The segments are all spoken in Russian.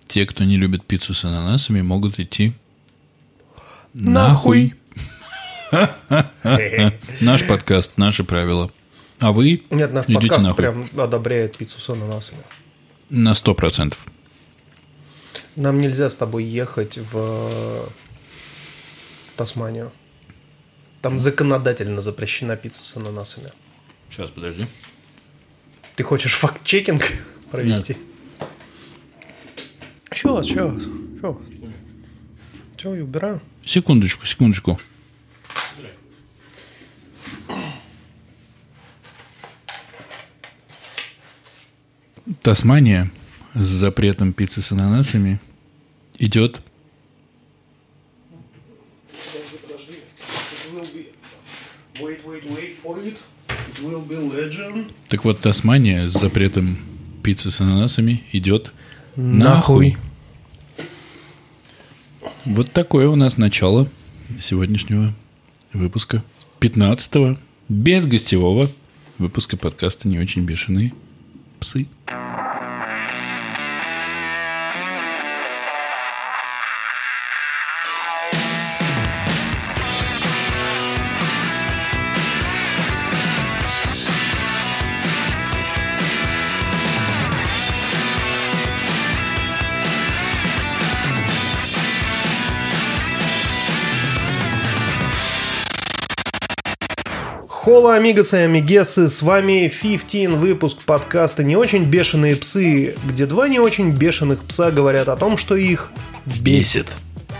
Те, кто не любит пиццу с ананасами, могут идти нахуй. Наш подкаст, наши правила. А вы Нет, наш идите подкаст нахуй. прям одобряет пиццу с ананасами. На 100%. Нам нельзя с тобой ехать в Тасманию. Там законодательно запрещена пицца с ананасами. Сейчас, подожди. Ты хочешь факт-чекинг провести? Сейчас. Все, я убираю. Секундочку. Тасмания с запретом пиццы с ананасами идет. Wait for it. It will be legend. Так вот, Тасмания с запретом пиццы с ананасами идет Нахуй. Вот такое у нас начало сегодняшнего выпуска. 15-го, без гостевого выпуска подкаста «Не очень бешеные псы». Холо, амигосы и амигесы, с вами 15 выпуск подкаста «Не очень бешеные псы», где два не очень бешеных пса говорят о том, что их бесит.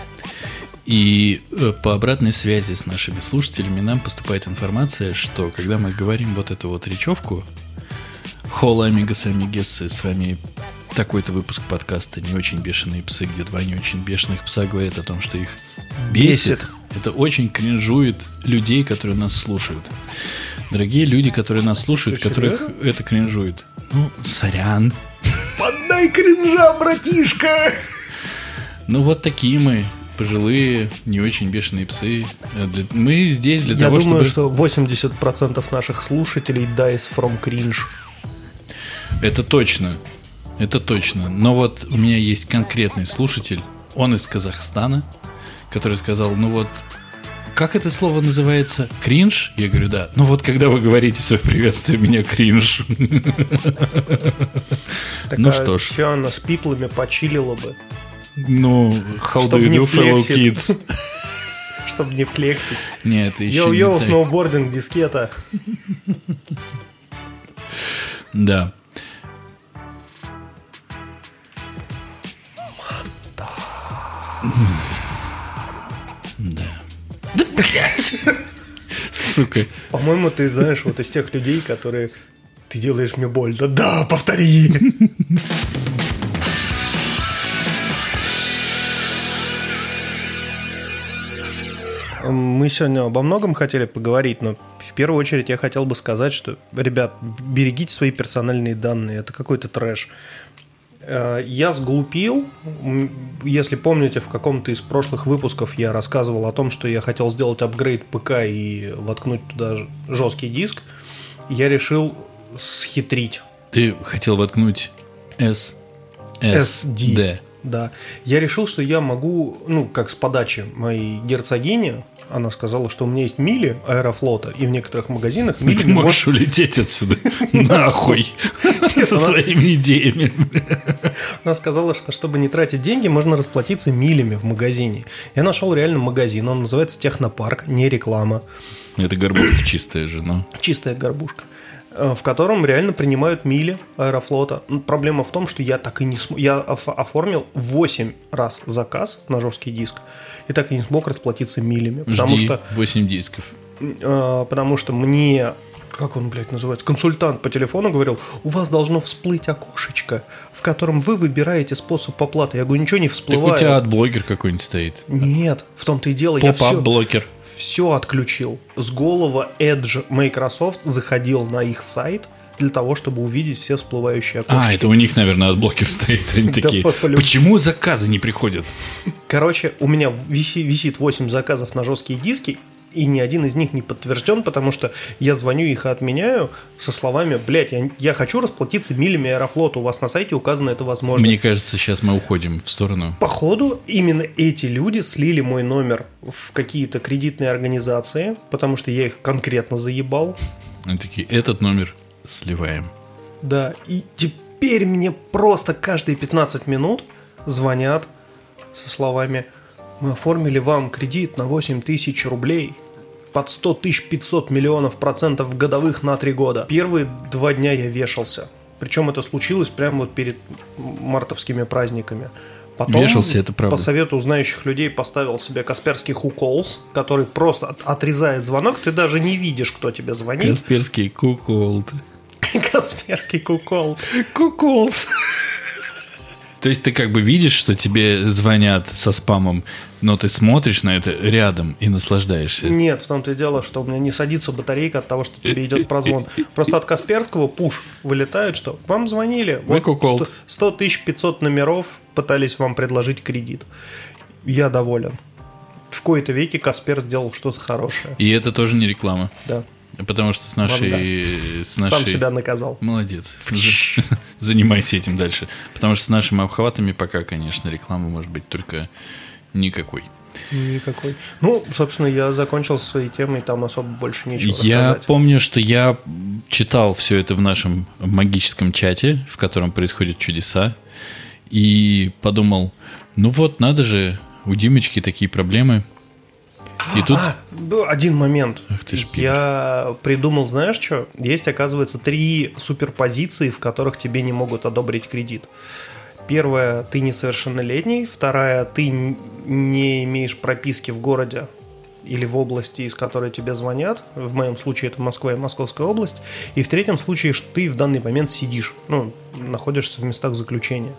И по обратной связи с нашими слушателями нам поступает информация, что когда мы говорим вот эту вот речевку «Холо, амигосы и амигесы», с вами такой-то выпуск подкаста «Не очень бешеные псы», где два не очень бешеных пса говорят о том, что их бесит. Это очень кринжует людей, которые нас слушают. Дорогие люди, которые нас слушают, Ты которых серьезно? это кринжует. Ну, сорян. Поддай кринжа, братишка! Ну, вот такие мы, пожилые, не очень бешеные псы. Мы здесь для Я того, думаю, чтобы... что 80% наших слушателей dies from cringe. Это точно. Это точно. Но вот у меня есть конкретный слушатель. Он из Казахстана, который сказал, ну вот, как это слово называется? Кринж? Я говорю, да. Ну вот, когда вы говорите свое приветствие, у меня кринж. Ну что ж. Че она с пиплами почилила бы, Ну, how Чтоб do you не do, fellow флексить. kids? чтобы не флексить. Нет, это еще не Йоу-йоу, так. сноубординг, дискета. Да. Да. Да, блядь! Сука. По-моему, ты знаешь, вот из тех людей, которые... Ты делаешь мне больно. Да, повтори! Мы сегодня обо многом хотели поговорить, но в первую очередь я хотел бы сказать, что, ребят, берегите свои персональные данные, это какой-то трэш. Я сглупил. Если помните, в каком-то из прошлых выпусков я рассказывал о том, что я хотел сделать апгрейд ПК и воткнуть туда жесткий диск. Я решил схитрить. Ты хотел воткнуть SSD. Да. Я решил, что я могу, ну, как с подачи моей герцогини, она сказала, что у меня есть мили Аэрофлота, и в некоторых магазинах Ты мили... можешь улететь отсюда нахуй со своими идеями. Она сказала, что чтобы не тратить деньги, можно расплатиться милями в магазине. Я нашел реально магазин, он называется Технопарк, не реклама. Это горбушка чистая же, но... Чистая горбушка, в котором реально принимают мили Аэрофлота. Проблема в том, что я так и не смог... Я оформил 8 раз заказ на жесткий диск и так и не смог расплатиться милями. Потому Жди что, 8 дисков. потому что мне... Как он, блядь, называется? Консультант по телефону говорил, у вас должно всплыть окошечко, в котором вы выбираете способ оплаты. Я говорю, ничего не Так всплывает. у тебя отблокер какой-нибудь стоит. Нет, в том-то и дело. Я Поп-ап-блокер. все отключил. С голого Edge Microsoft заходил на их сайт для того, чтобы увидеть все всплывающие окошечки. А, это у них, наверное, отблокер стоит. Они Да такие, по-любому. почему заказы не приходят? Короче, у меня висит 8 заказов на жесткие диски, И ни один из них не подтвержден, потому что я звоню их и отменяю со словами: блядь, я хочу расплатиться милями Аэрофлота, у вас на сайте указана эта возможность. Мне кажется, сейчас мы уходим в сторону. Походу, именно эти люди слили мой номер в какие-то кредитные организации, потому что я их конкретно заебал. Они такие: этот номер сливаем. Да, и теперь мне просто каждые 15 минут звонят со словами: мы оформили вам кредит на 8 тысяч рублей под 100 500 миллионов процентов годовых на 3 года. Первые 2 дня я вешался. Причем это случилось прямо вот перед мартовскими праздниками. Потом, вешался, это правда. По совету знающих людей, поставил себе Касперский Хуколс, который просто отрезает звонок, ты даже не видишь, кто тебе звонит. Касперский Куколд. Касперский Куколд. Куколс. То есть ты как бы видишь, что тебе звонят со спамом, но ты смотришь на это рядом и наслаждаешься. Нет, в том-то и дело, что у меня не садится батарейка от того, что тебе идет прозвон. Просто от Касперского пуш вылетает, что вам звонили. Вот 100 500 номеров пытались вам предложить кредит. Я доволен. В кои-то веки Каспер сделал что-то хорошее. И это тоже не реклама. Да. Потому что с нашей... Сам себя наказал. Молодец. Занимайся этим дальше. Потому что с нашими обхватами пока, конечно, реклама может быть только никакой. Никакой. Ну, собственно, я закончил со своей темой, там особо больше нечего рассказать. Я помню, что я читал все это в нашем магическом чате, в котором происходят чудеса, и подумал: ну вот, надо же, у Димочки такие проблемы. И тут... один момент. Ты я придумал, знаешь что? Есть, оказывается, 3 суперпозиции, в которых тебе не могут одобрить кредит. Первая – ты несовершеннолетний. Вторая – ты не имеешь прописки в городе или в области, из которой тебе звонят. В моем случае это Москва и Московская область. И в третьем случае, что ты в данный момент сидишь, находишься в местах заключения.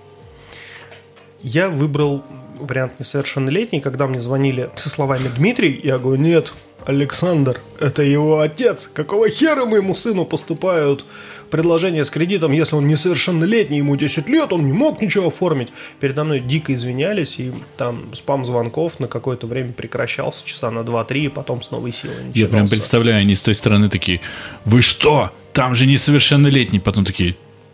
Я выбрал вариант несовершеннолетний. Когда мне звонили со словами «Дмитрий», я говорю: нет, Александр, это его отец. Какого хера моему сыну поступают предложения с кредитом, если он несовершеннолетний, ему 10 лет, он не мог ничего оформить. Передо мной дико извинялись, и там спам звонков на какое-то время прекращался, часа на 2-3, и потом с новой силой начинался. Я прям представляю, они с той стороны такие: вы что? Там же несовершеннолетний. Потом такие: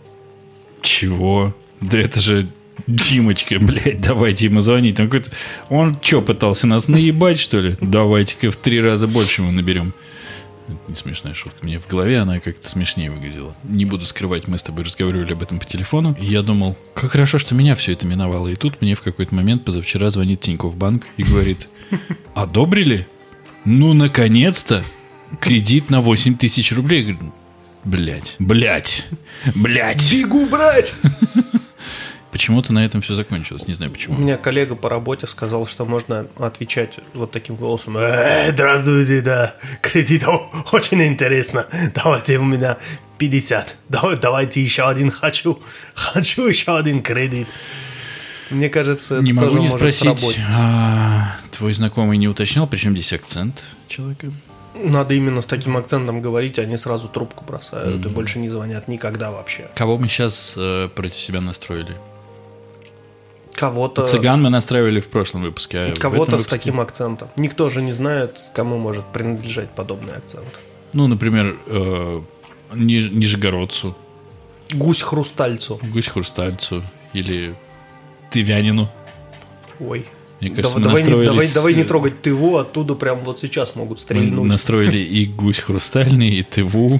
чего? Да это же Димочка, блядь, давайте ему звонить. Он что, пытался нас наебать, что ли? Давайте-ка в 3 раза больше ему наберем. Это не смешная шутка. Мне в голове она как-то смешнее выглядела. Не буду скрывать, мы с тобой разговаривали об этом по телефону. И я думал, как хорошо, что меня все это миновало. И тут мне в какой-то момент позавчера звонит Тинькофф Банк и говорит: одобрили? Ну, наконец-то! Кредит на 8 тысяч рублей. Я говорю: блядь. Бегу брать! Почему-то на этом все закончилось. Не знаю почему. У меня коллега по работе сказал, что можно отвечать вот таким голосом: здравствуйте, да, кредит очень интересно. Давайте у меня 50. Давайте еще один хочу. Хочу еще один кредит. Мне кажется, это не тоже могу не может спросить, сработать. Твой знакомый не уточнял, причем здесь акцент человека? Надо именно с таким акцентом говорить, они сразу трубку бросают и больше не звонят никогда вообще. Кого мы сейчас против себя настроили? Кого-то... Цыган мы настраивали в прошлом выпуске. А кого-то с таким акцентом. Никто же не знает, кому может принадлежать подобный акцент. Ну, например, нижегородцу. Гусь-хрустальцу. Гусь-хрустальцу. Или тывянину. Ой. Мне кажется, давай не трогать Тыву, оттуда прям вот сейчас могут стрельнуть. Мы настроили и гусь хрустальный, и Тыву.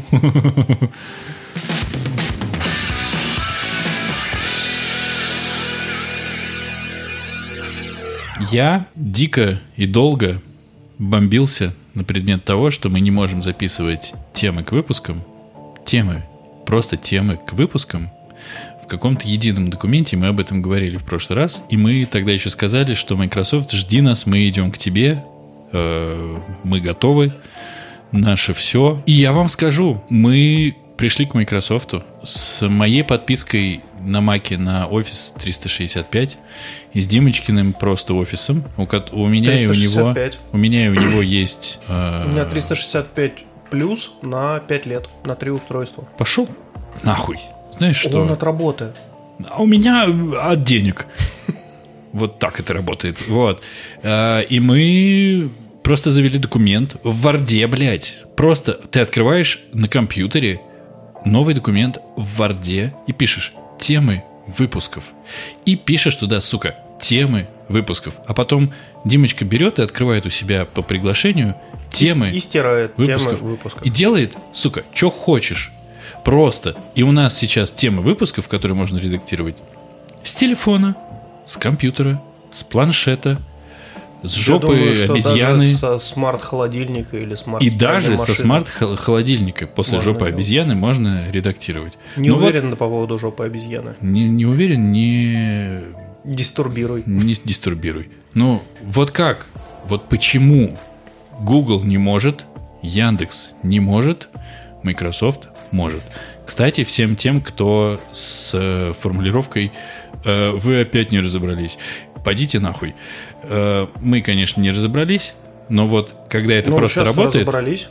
Я дико и долго бомбился на предмет того, что мы не можем записывать темы к выпускам. Просто темы к выпускам в каком-то едином документе. Мы об этом говорили в прошлый раз. И мы тогда еще сказали, что Microsoft, жди нас, мы идем к тебе. Мы готовы. Наше все. И я вам скажу, мы пришли к Microsoft с моей подпиской на Маке на Office 365 и с Димочкиным просто офисом. У меня 365. У меня и у него есть... У меня 365 плюс на 5 лет, на 3 устройства. Пошел нахуй. Знаешь что? Он от работы. А у меня от денег. Вот так это работает. Вот. И мы просто завели документ в Варде, блядь. Просто ты открываешь на компьютере новый документ в Варде и пишешь темы выпусков. И пишешь туда, сука, темы выпусков. А потом Димочка берет и открывает у себя по приглашению темы и стирает выпусков. темы выпусков. И делает, сука, что хочешь. Просто. И у нас сейчас темы выпусков, которые можно редактировать с телефона, с компьютера, с планшета, с жопы обезьяны. Даже со смарт-холодильника или смарт-машины. И даже со смарт-холодильника после можно жопы делать. Обезьяны можно редактировать. Не уверен по поводу жопы обезьяны. Не уверен, не Дистурбируй. дистурбируй. Ну, вот как? Вот почему Google не может, Яндекс не может, Microsoft может. Кстати, всем тем, кто с формулировкой «вы опять не разобрались», подите нахуй. Мы, конечно, не разобрались, но вот когда это просто работает... разобрались.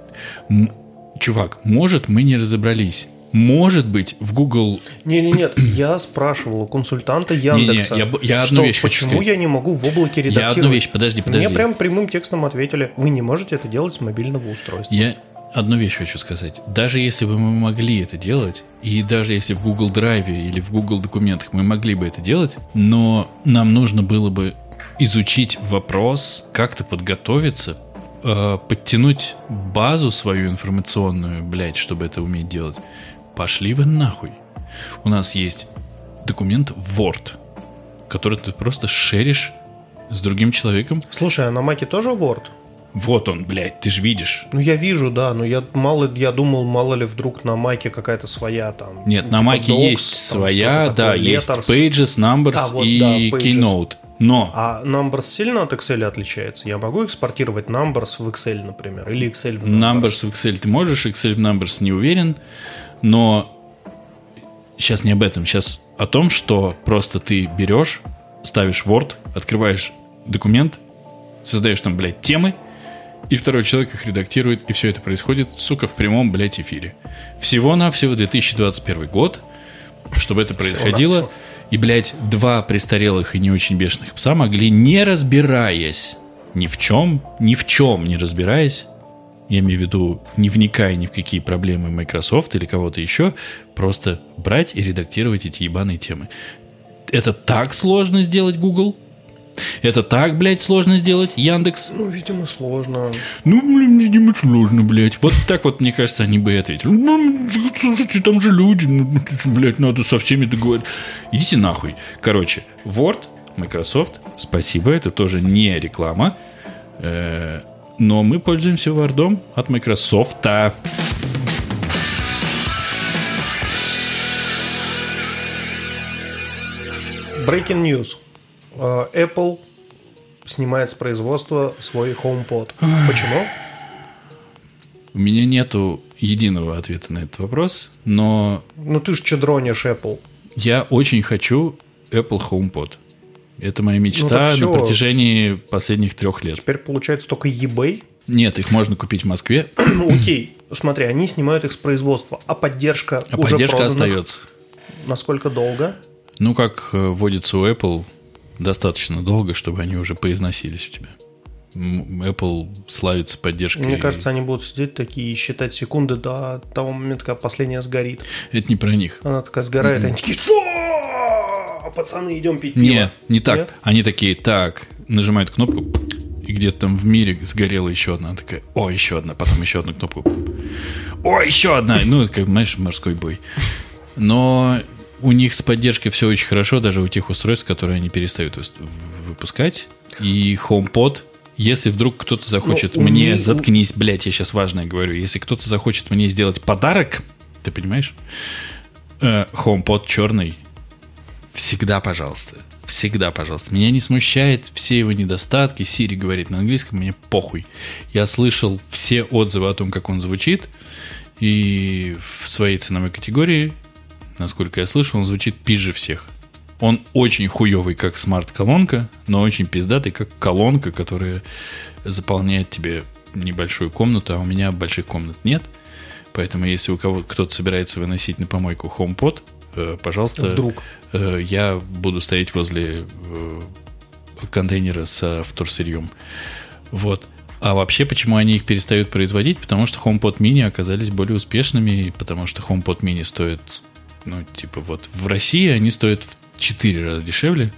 Чувак, может, мы не разобрались. Может быть, в Google... Нет, я спрашивал у консультанта Яндекса, я одну вещь хочу почему сказать. я не могу в облаке редактировать. Я одну вещь, подожди. Мне прям прямым текстом ответили, вы не можете это делать с мобильного устройства. Я одну вещь хочу сказать. Даже если бы мы могли это делать, и даже если в Google Drive или в Google документах мы могли бы это делать, но нам нужно было бы изучить вопрос, как-то подготовиться, подтянуть базу свою информационную, блядь, чтобы это уметь делать. Пошли вы нахуй. У нас есть документ Word, который ты просто шеришь с другим человеком. Слушай, а на Маке тоже Word? Вот он, блядь, ты же видишь. Ну, я вижу, да, но я думал, мало ли вдруг на Маке какая-то своя там. Нет, типа на Маке Docs, есть там своя, что-то да, такое, есть Letters. Pages, Numbers и Pages. Keynote. Но А Numbers сильно от Excel отличается? Я могу экспортировать Numbers в Excel, например, или Excel в Numbers в Excel ты можешь, Excel в Numbers не уверен, но сейчас не об этом, сейчас о том, что просто ты берешь, ставишь Word, открываешь документ, создаешь там, блядь, темы, и второй человек их редактирует, и все это происходит, сука, в прямом, блядь, эфире. Всего-навсего 2021 год, чтобы это происходило. И, блядь, два престарелых и не очень бешеных пса могли, не разбираясь ни в чем не разбираясь, я имею в виду, не вникая ни в какие проблемы Microsoft или кого-то еще, просто брать и редактировать эти ебаные темы. Это так сложно сделать Google? Это так, блядь, сложно сделать Яндекс? Ну, видимо, сложно. Ну, блин, видимо, сложно, блядь. Вот так вот, мне кажется, они бы и ответили. Ну, слушайте, там же люди, блядь, надо со всеми договориться. Идите нахуй. Короче, Word, Microsoft, спасибо, это тоже не реклама. Но мы пользуемся Word'ом от Microsoft. Breaking news. Apple снимает с производства свой HomePod. Почему? У меня нету единого ответа на этот вопрос, но... Ну ты ж чадронишь Apple. Я очень хочу Apple HomePod. Это моя мечта Ну, на протяжении последних 3 лет. Теперь получается только eBay. Нет, их можно купить в Москве. Окей, смотри, они снимают их с производства, а поддержка уже поддержка проданных остается. Насколько долго? Ну, как водится у Apple, достаточно долго, чтобы они уже поизносились у тебя. Apple славится поддержкой. Мне кажется, они будут сидеть такие и считать секунды до того момента, когда последняя сгорит. Это не про них. Она такая сгорает, и они такие: что? Пацаны, идем пить пиво. Нет, не так. Нет? Они такие: так, нажимают кнопку, и где-то там в мире сгорела еще одна. Она такая: о, еще одна, потом еще одну кнопку. О, еще одна. Ну, как, знаешь, морской бой. Но у них с поддержкой все очень хорошо, даже у тех устройств, которые они перестают выпускать. И HomePod, если вдруг кто-то захочет заткнись, блядь, я сейчас важное говорю. Если кто-то захочет мне сделать подарок, ты понимаешь? HomePod черный, всегда, пожалуйста. Всегда, пожалуйста. Меня не смущает все его недостатки. Siri говорит на английском, мне похуй. Я слышал все отзывы о том, как он звучит. И в своей ценовой категории, насколько я слышал, он звучит пизже всех. Он очень хуёвый, как смарт-колонка, но очень пиздатый, как колонка, которая заполняет тебе небольшую комнату, а у меня больших комнат нет. Поэтому если у кого-то кто-то собирается выносить на помойку HomePod, пожалуйста, вдруг я буду стоять возле контейнера со вторсырьем. Вот. А вообще, почему они их перестают производить? Потому что HomePod mini оказались более успешными, и потому что HomePod mini стоит, ну, типа, вот в России они стоят в 4 раза дешевле.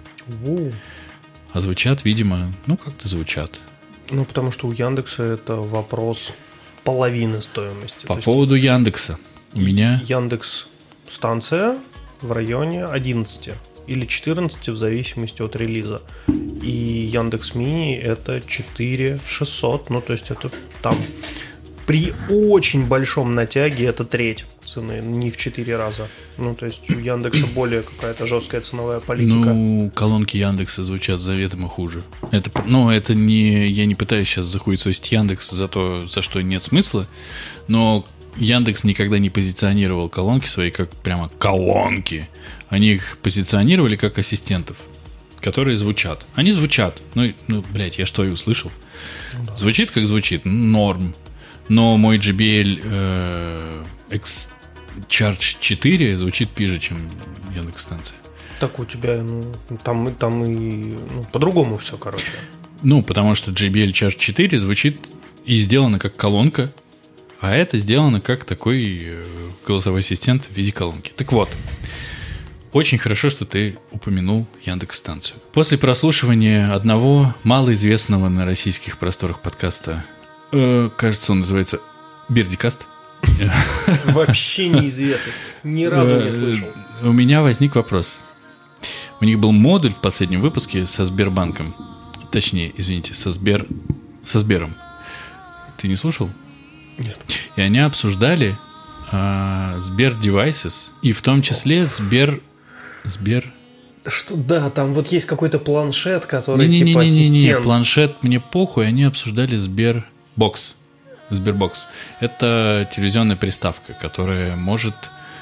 А звучат, видимо, ну, как-то звучат. Ну, потому что у Яндекса это вопрос половины стоимости. По поводу Яндекса. У меня... Яндекс-станция в районе 11 или 14 в зависимости от релиза. И Яндекс.Мини это 4600. Ну, то есть это там при очень большом натяге это треть цены, не в 4 раза. Ну, то есть у Яндекса более какая-то жесткая ценовая политика. Ну, колонки Яндекса звучат заведомо хуже. Это, ну, это не... Я не пытаюсь сейчас захуесосить Яндекс за то, за что нет смысла, но Яндекс никогда не позиционировал колонки свои как прямо колонки. Они их позиционировали как ассистентов, которые звучат. Они звучат. Ну, блядь, я что и услышал. Да. Звучит как звучит, норм. Но мой JBL X-Charge 4 звучит пиже, чем Яндекс-станция. Так у тебя, ну, там и ну, по-другому все, короче. Ну, потому что JBL Charge 4 звучит и сделано как колонка, а это сделано как такой голосовой ассистент в виде колонки. Так вот, очень хорошо, что ты упомянул Яндекс-станцию. После прослушивания одного малоизвестного на российских просторах подкаста, кажется, он называется Бердикаст. Вообще неизвестно. Ни разу не слышал. У меня возник вопрос. У них был модуль в последнем выпуске со Сбербанком. Точнее, извините, со Сбером. Ты не слушал? Нет. И они обсуждали Сбер Devices, и в том числе Сбер... Что, да, там вот есть какой-то планшет, который типа ассистент. Не, планшет мне похуй, они обсуждали Сбербокс. Это телевизионная приставка, которая может...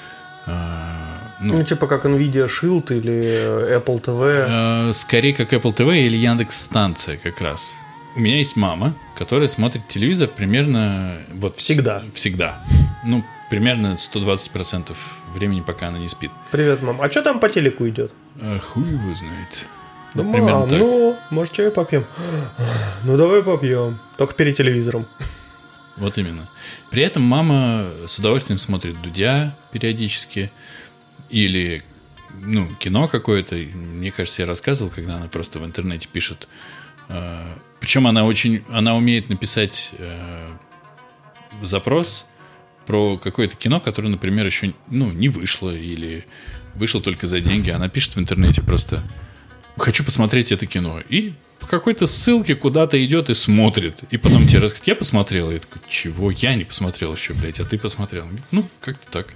ну, типа как Nvidia Shield или Apple TV. Скорее, как Apple TV или Яндекс-станция как раз. У меня есть мама, которая смотрит телевизор примерно... Вот всегда. Ну, примерно 120% времени, пока она не спит. Привет, мам. А что там по телеку идет? Хуй его знает. Ну, мам, ну, может, чай попьем? Ну, давай попьем. Только перед телевизором. Вот именно. При этом мама с удовольствием смотрит Дудя периодически. Или, ну, кино какое-то. Мне кажется, я рассказывал, когда она просто в интернете пишет. Причем она умеет написать запрос про какое-то кино, которое, например, еще, ну, не вышло или вышло только за деньги. Она пишет в интернете просто: хочу посмотреть это кино. И по какой-то ссылке куда-то идет и смотрит. И потом тебе рассказывает: я посмотрел. И я такой: чего? Я не посмотрел еще, блядь, а ты посмотрел. Ну, как-то так.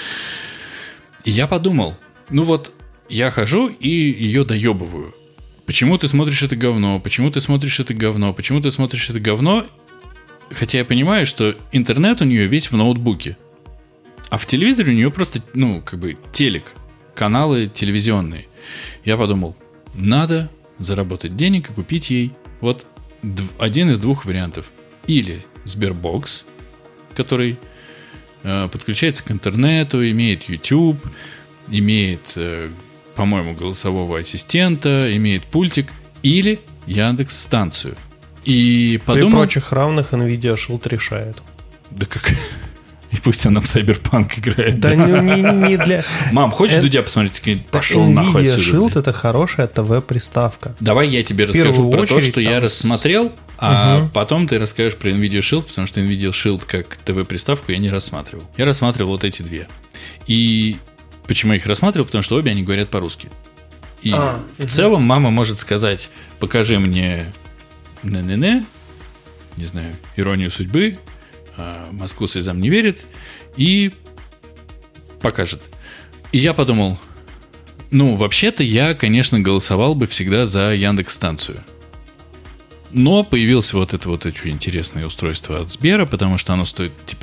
И я подумал, ну вот, я хожу и ее доебываю. Почему ты смотришь это говно? Почему ты смотришь это говно? Почему ты смотришь это говно? Хотя я понимаю, что интернет у нее весь в ноутбуке. А в телевизоре у нее просто, ну, как бы телек. Каналы телевизионные. Я подумал, надо заработать денег и купить ей вот один из двух вариантов. Или Sberbox, который подключается к интернету, имеет YouTube, имеет, по-моему, голосового ассистента, имеет пультик, или Яндекс-станцию. И подумал... При прочих равных Nvidia Shield решает. Да как... И пусть она в Cyberpunk играет. Да не для... Мам, хочешь Дудя посмотреть? Пошел нахуй отсюда. Nvidia Shield — это хорошая ТВ-приставка. Давай я тебе расскажу про то, что я рассмотрел, а потом ты расскажешь про Nvidia Shield, потому что Nvidia Shield как ТВ-приставку я не рассматривал. Я рассматривал вот эти две. И почему я их рассматривал? Потому что обе они говорят по-русски. И в целом мама может сказать: покажи мне не знаю, иронию судьбы, Москву слезам не верит, и покажет. И я подумал, ну, вообще-то я, конечно, голосовал бы всегда за Яндекс-станцию. Но появилось вот это вот очень интересное устройство от Сбера, потому что оно стоит типа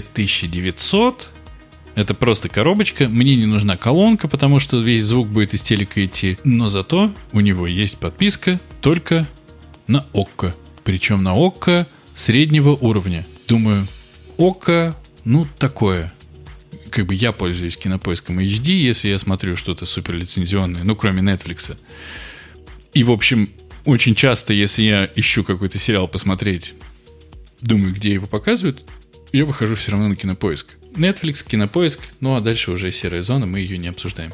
2900. Это просто коробочка. Мне не нужна колонка, потому что весь звук будет из телека идти. Но зато у него есть подписка только на ОККО. Причем на ОККО среднего уровня. Думаю, ОККО, ну, такое. Как бы я пользуюсь Кинопоиском HD, если я смотрю что-то суперлицензионное, ну, кроме Netflix. И, в общем, очень часто, если я ищу какой-то сериал посмотреть, думаю, где его показывают, я выхожу все равно на Кинопоиск. Netflix, Кинопоиск, ну а дальше уже серая зона, мы ее не обсуждаем.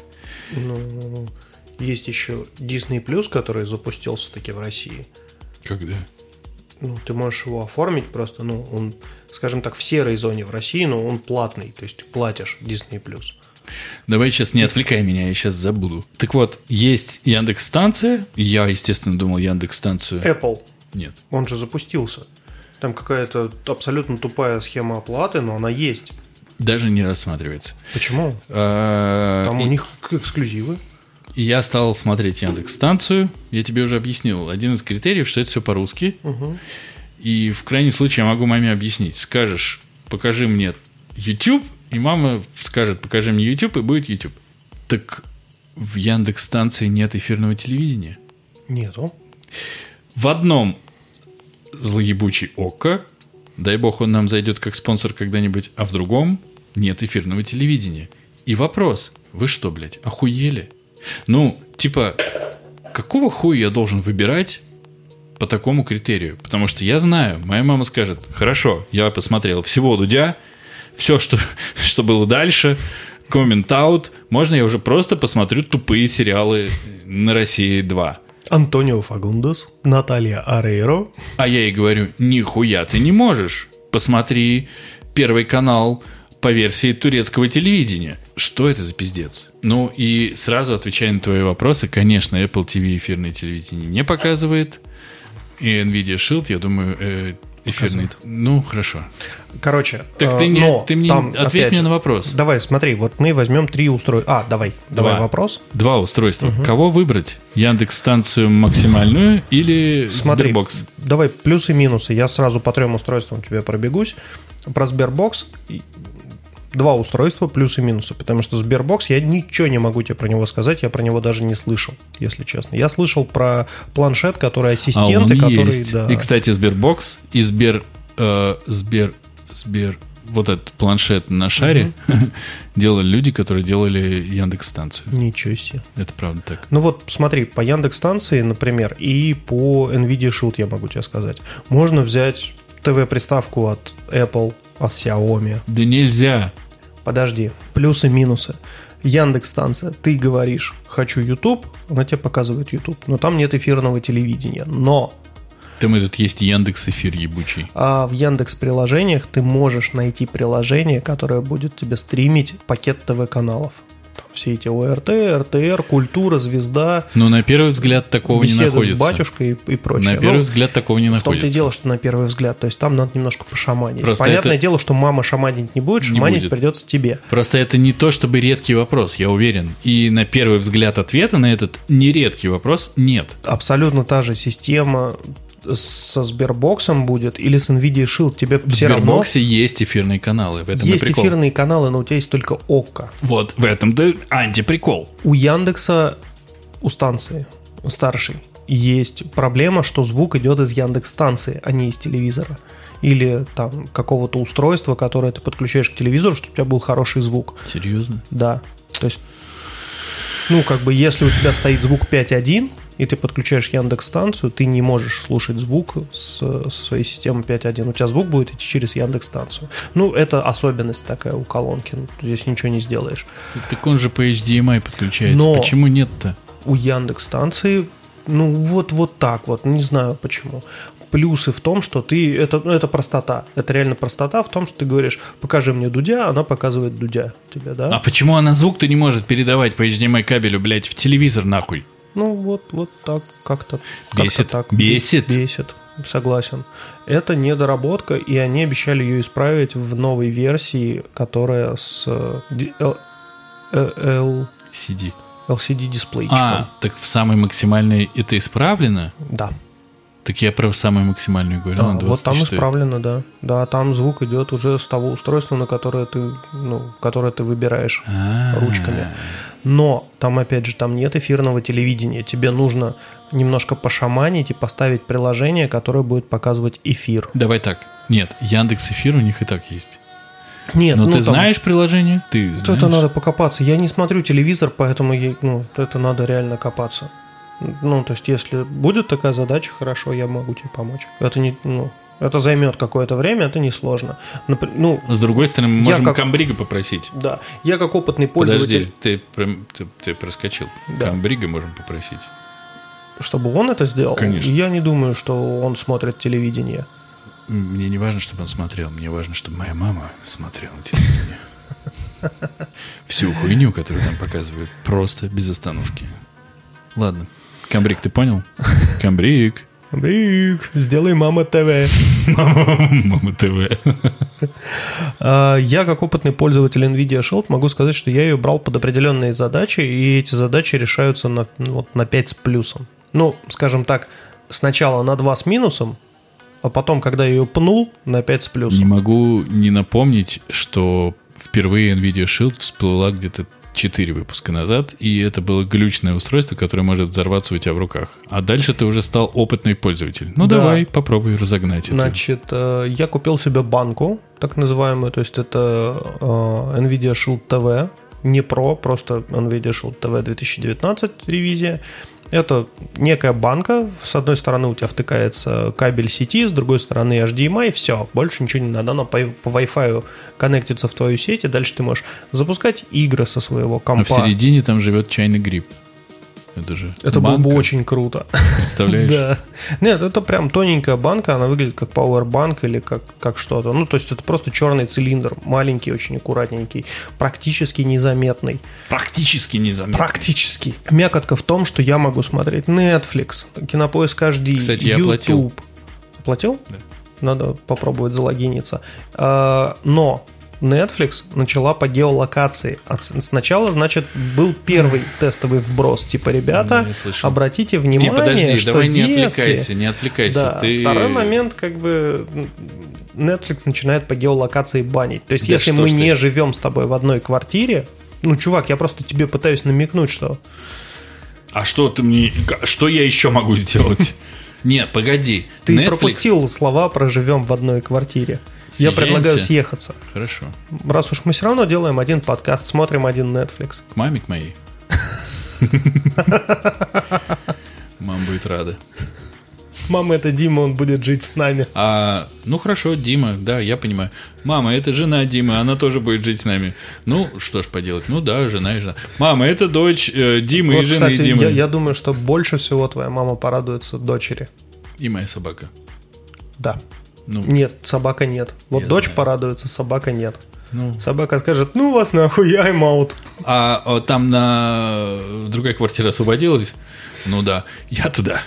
Ну, есть еще Disney+, который запустился таки в России. Когда? Ну, ты можешь его оформить просто, ну, он, скажем так, в серой зоне в России, но он платный, то есть платишь Disney+. Давай сейчас не отвлекай меня, я сейчас забуду. Так вот, есть Яндекс-станция. Я, естественно, думал Яндекс-станцию. Apple. Нет. Он же запустился. Там какая-то абсолютно тупая схема оплаты, но она есть. Даже не рассматривается. Почему? Там у них эксклюзивы. Я стал смотреть Яндекс-станцию. Я тебе уже объяснил. Один из критериев, что это все по-русски. Угу. И в крайнем случае я могу маме объяснить. Скажешь, покажи мне YouTube, и мама скажет, покажи мне YouTube, и будет YouTube. Так в Яндекс-станции нет эфирного телевидения. Нету. В одном злоебучий ОККО, дай бог он нам зайдет как спонсор когда-нибудь, а в другом нет эфирного телевидения. И вопрос, вы что, блядь, охуели? Ну, типа, какого хуя я должен выбирать по такому критерию? Потому что я знаю, моя мама скажет, хорошо, я посмотрел всего Дудя, все, что было дальше, comment out, можно я уже просто посмотрю тупые сериалы на России 2. Антонио Фагундес, Наталья Орейро. А я ей говорю, нихуя ты не можешь. Посмотри Первый канал по версии турецкого телевидения. Что это за пиздец? Ну и сразу отвечая на твои вопросы, конечно, Apple TV эфирное телевидение не показывает. И Nvidia Shield, я думаю, эфирный. Ну, хорошо. Короче, так ты мне ответь мне на вопрос. Давай, смотри, вот мы возьмем 3 устройства. Давай вопрос. 2 устройства. Угу. Кого выбрать? Яндекс-станцию максимальную или смотри, Sberbox? Давай плюсы и минусы. Я сразу по 3 устройствам тебе пробегусь. Про Sberbox 2 устройства, плюсы и минусы. Потому что Sberbox, я ничего не могу тебе про него сказать, я про него даже не слышал, если честно. Я слышал про планшет, который ассистенты, которые... Есть. Да. И, кстати, Sberbox и Сбер вот этот планшет на шаре делали люди, которые делали Яндекс-станцию. Ничего себе. Это правда так. Ну вот, смотри, по Яндекс-станции, например, и по Nvidia Shield, я могу тебе сказать, можно взять ТВ-приставку от Apple, от Xiaomi. Да нельзя. Подожди, плюсы-минусы. Яндекс-станция, ты говоришь, хочу YouTube, она тебе показывает YouTube, но там нет эфирного телевидения, но... Там этот есть Яндекс.Эфир ебучий. А в Яндекс-приложениях ты можешь найти приложение, которое будет тебе стримить пакет ТВ-каналов. Там все эти ОРТ, РТР, Культура, Звезда. Но на первый взгляд такого не находится. Беседы с батюшкой и прочее. На первый взгляд такого не находится. В том-то и дело, что на первый взгляд. То есть там надо немножко пошаманить. Просто понятное дело, что мама шаманить не будет, шаманить придется тебе. Просто это не то чтобы редкий вопрос, я уверен. И на первый взгляд ответа на этот нередкий вопрос нет. Абсолютно та же система со Сбербоксом будет или с Nvidia Shield, тебе в все равно... В Сбербоксе есть эфирные каналы, в этом есть и прикол. Есть эфирные каналы, но у тебя есть только ОККО. Вот, в этом-то антиприкол. У Яндекса, у станции старшей, есть проблема, что звук идет из Яндекс-станции, а не из телевизора. Или там какого-то устройства, которое ты подключаешь к телевизору, чтобы у тебя был хороший звук. Серьезно? Да. То есть, ну, как бы, если у тебя стоит звук 5.1, и ты подключаешь Яндекс-станцию, ты не можешь слушать звук со своей системы 5.1. У тебя звук будет идти через Яндекс-станцию. Ну, это особенность такая у колонки. Здесь ничего не сделаешь. Так он же по HDMI подключается. Но почему нет-то? У Яндекс-станции, ну, вот так вот. Не знаю почему. Плюсы в том, что ты... Это простота. Это реально простота в том, что ты говоришь, покажи мне Дудя, она показывает Дудя тебе, да? А почему она звук-то не может передавать по HDMI кабелю, блядь, в телевизор нахуй? Ну, вот так, как-то бесит. Так. Бесит? Бесит, согласен. Это недоработка, и они обещали ее исправить в новой версии, которая с LCD-дисплейчиком. Так в самой максимальной это исправлено? Да. Так я про самую максимальную говорил. Да, вот там исправлено, да. Да, там звук идет уже с того устройства, на которое ты, которое ты выбираешь ручками. Но там, опять же, там нет эфирного телевидения. Тебе нужно немножко пошаманить и поставить приложение, которое будет показывать эфир. Давай так. Нет, Яндекс.Эфир у них и так есть. Нет, но ты знаешь приложение? Ты знаешь? Это надо покопаться. Я не смотрю телевизор, поэтому это надо реально копаться. Ну, то есть, если будет такая задача, хорошо, я могу тебе помочь. Это не, это займет какое-то время, это несложно. С другой стороны, мы можем Камбрига попросить. Да, я как опытный пользователь... Подожди, ты проскочил. Да. Камбрига можем попросить. Чтобы он это сделал? Конечно. Я не думаю, что он смотрит телевидение. Мне не важно, чтобы он смотрел. Мне важно, чтобы моя мама смотрела телевидение. Всю хуйню, которую там показывают, просто без остановки. Ладно. Камбрик, ты понял? Камбрик. Камбрик, сделай Мама ТВ. Мама ТВ. Я, как опытный пользователь NVIDIA Shield, могу сказать, что я ее брал под определенные задачи, и эти задачи решаются на 5 с плюсом. Скажем так, сначала на 2 с минусом, а потом, когда я ее пнул, на 5 с плюсом. Не могу не напомнить, что впервые NVIDIA Shield всплыла где-то 4 выпуска назад, и это было глючное устройство, которое может взорваться у тебя в руках. А дальше ты уже стал опытный пользователь. Да. Давай, попробуй разогнать это. Значит, я купил себе банку, так называемую, то есть это NVIDIA Shield TV, не Pro, просто NVIDIA Shield TV 2019 ревизия. Это некая банка, с одной стороны у тебя втыкается кабель сети, с другой стороны HDMI, все, больше ничего не надо, она по Wi-Fi коннектится в твою сеть, и дальше ты можешь запускать игры со своего компа. А в середине там живет чайный гриб. Это было бы очень круто. Представляешь? Да. Нет, это прям тоненькая банка, она выглядит как пауэрбанк или как что-то. То есть это просто черный цилиндр, маленький, очень аккуратненький, практически незаметный. Практически. Мякотка в том, что я могу смотреть Netflix, Кинопоиск HD, Кстати, YouTube. Я оплатил. Оплатил? Да. Надо попробовать залогиниться. Но Netflix начала по геолокации. Сначала, значит, был первый тестовый вброс. Типа, ребята, обратите внимание, подожди, что давай если... не отвлекайся. Да, второй момент, Netflix начинает по геолокации банить. То есть, если мы не живем с тобой в одной квартире, чувак, я просто тебе пытаюсь намекнуть, что... А что я еще могу сделать? Нет, погоди. Ты пропустил слова про «живем в одной квартире». Я предлагаю съехаться. Хорошо. Раз уж мы все равно делаем один подкаст, смотрим один Netflix. К маме к моей. Мама будет рада. Мама, это Дима, он будет жить с нами. Хорошо, Дима, да, я понимаю. Мама, это жена Димы, она тоже будет жить с нами. Что ж поделать, жена и жена. Мама, это дочь Димы и жены кстати, Димы. Я думаю, что больше всего твоя мама порадуется дочери. И моя собака. Да. Нет, собака нет. Дочь порадуется, собака нет. Собака скажет, вас нахуй, I'm out. А там другая квартира освободилась? Да, я туда.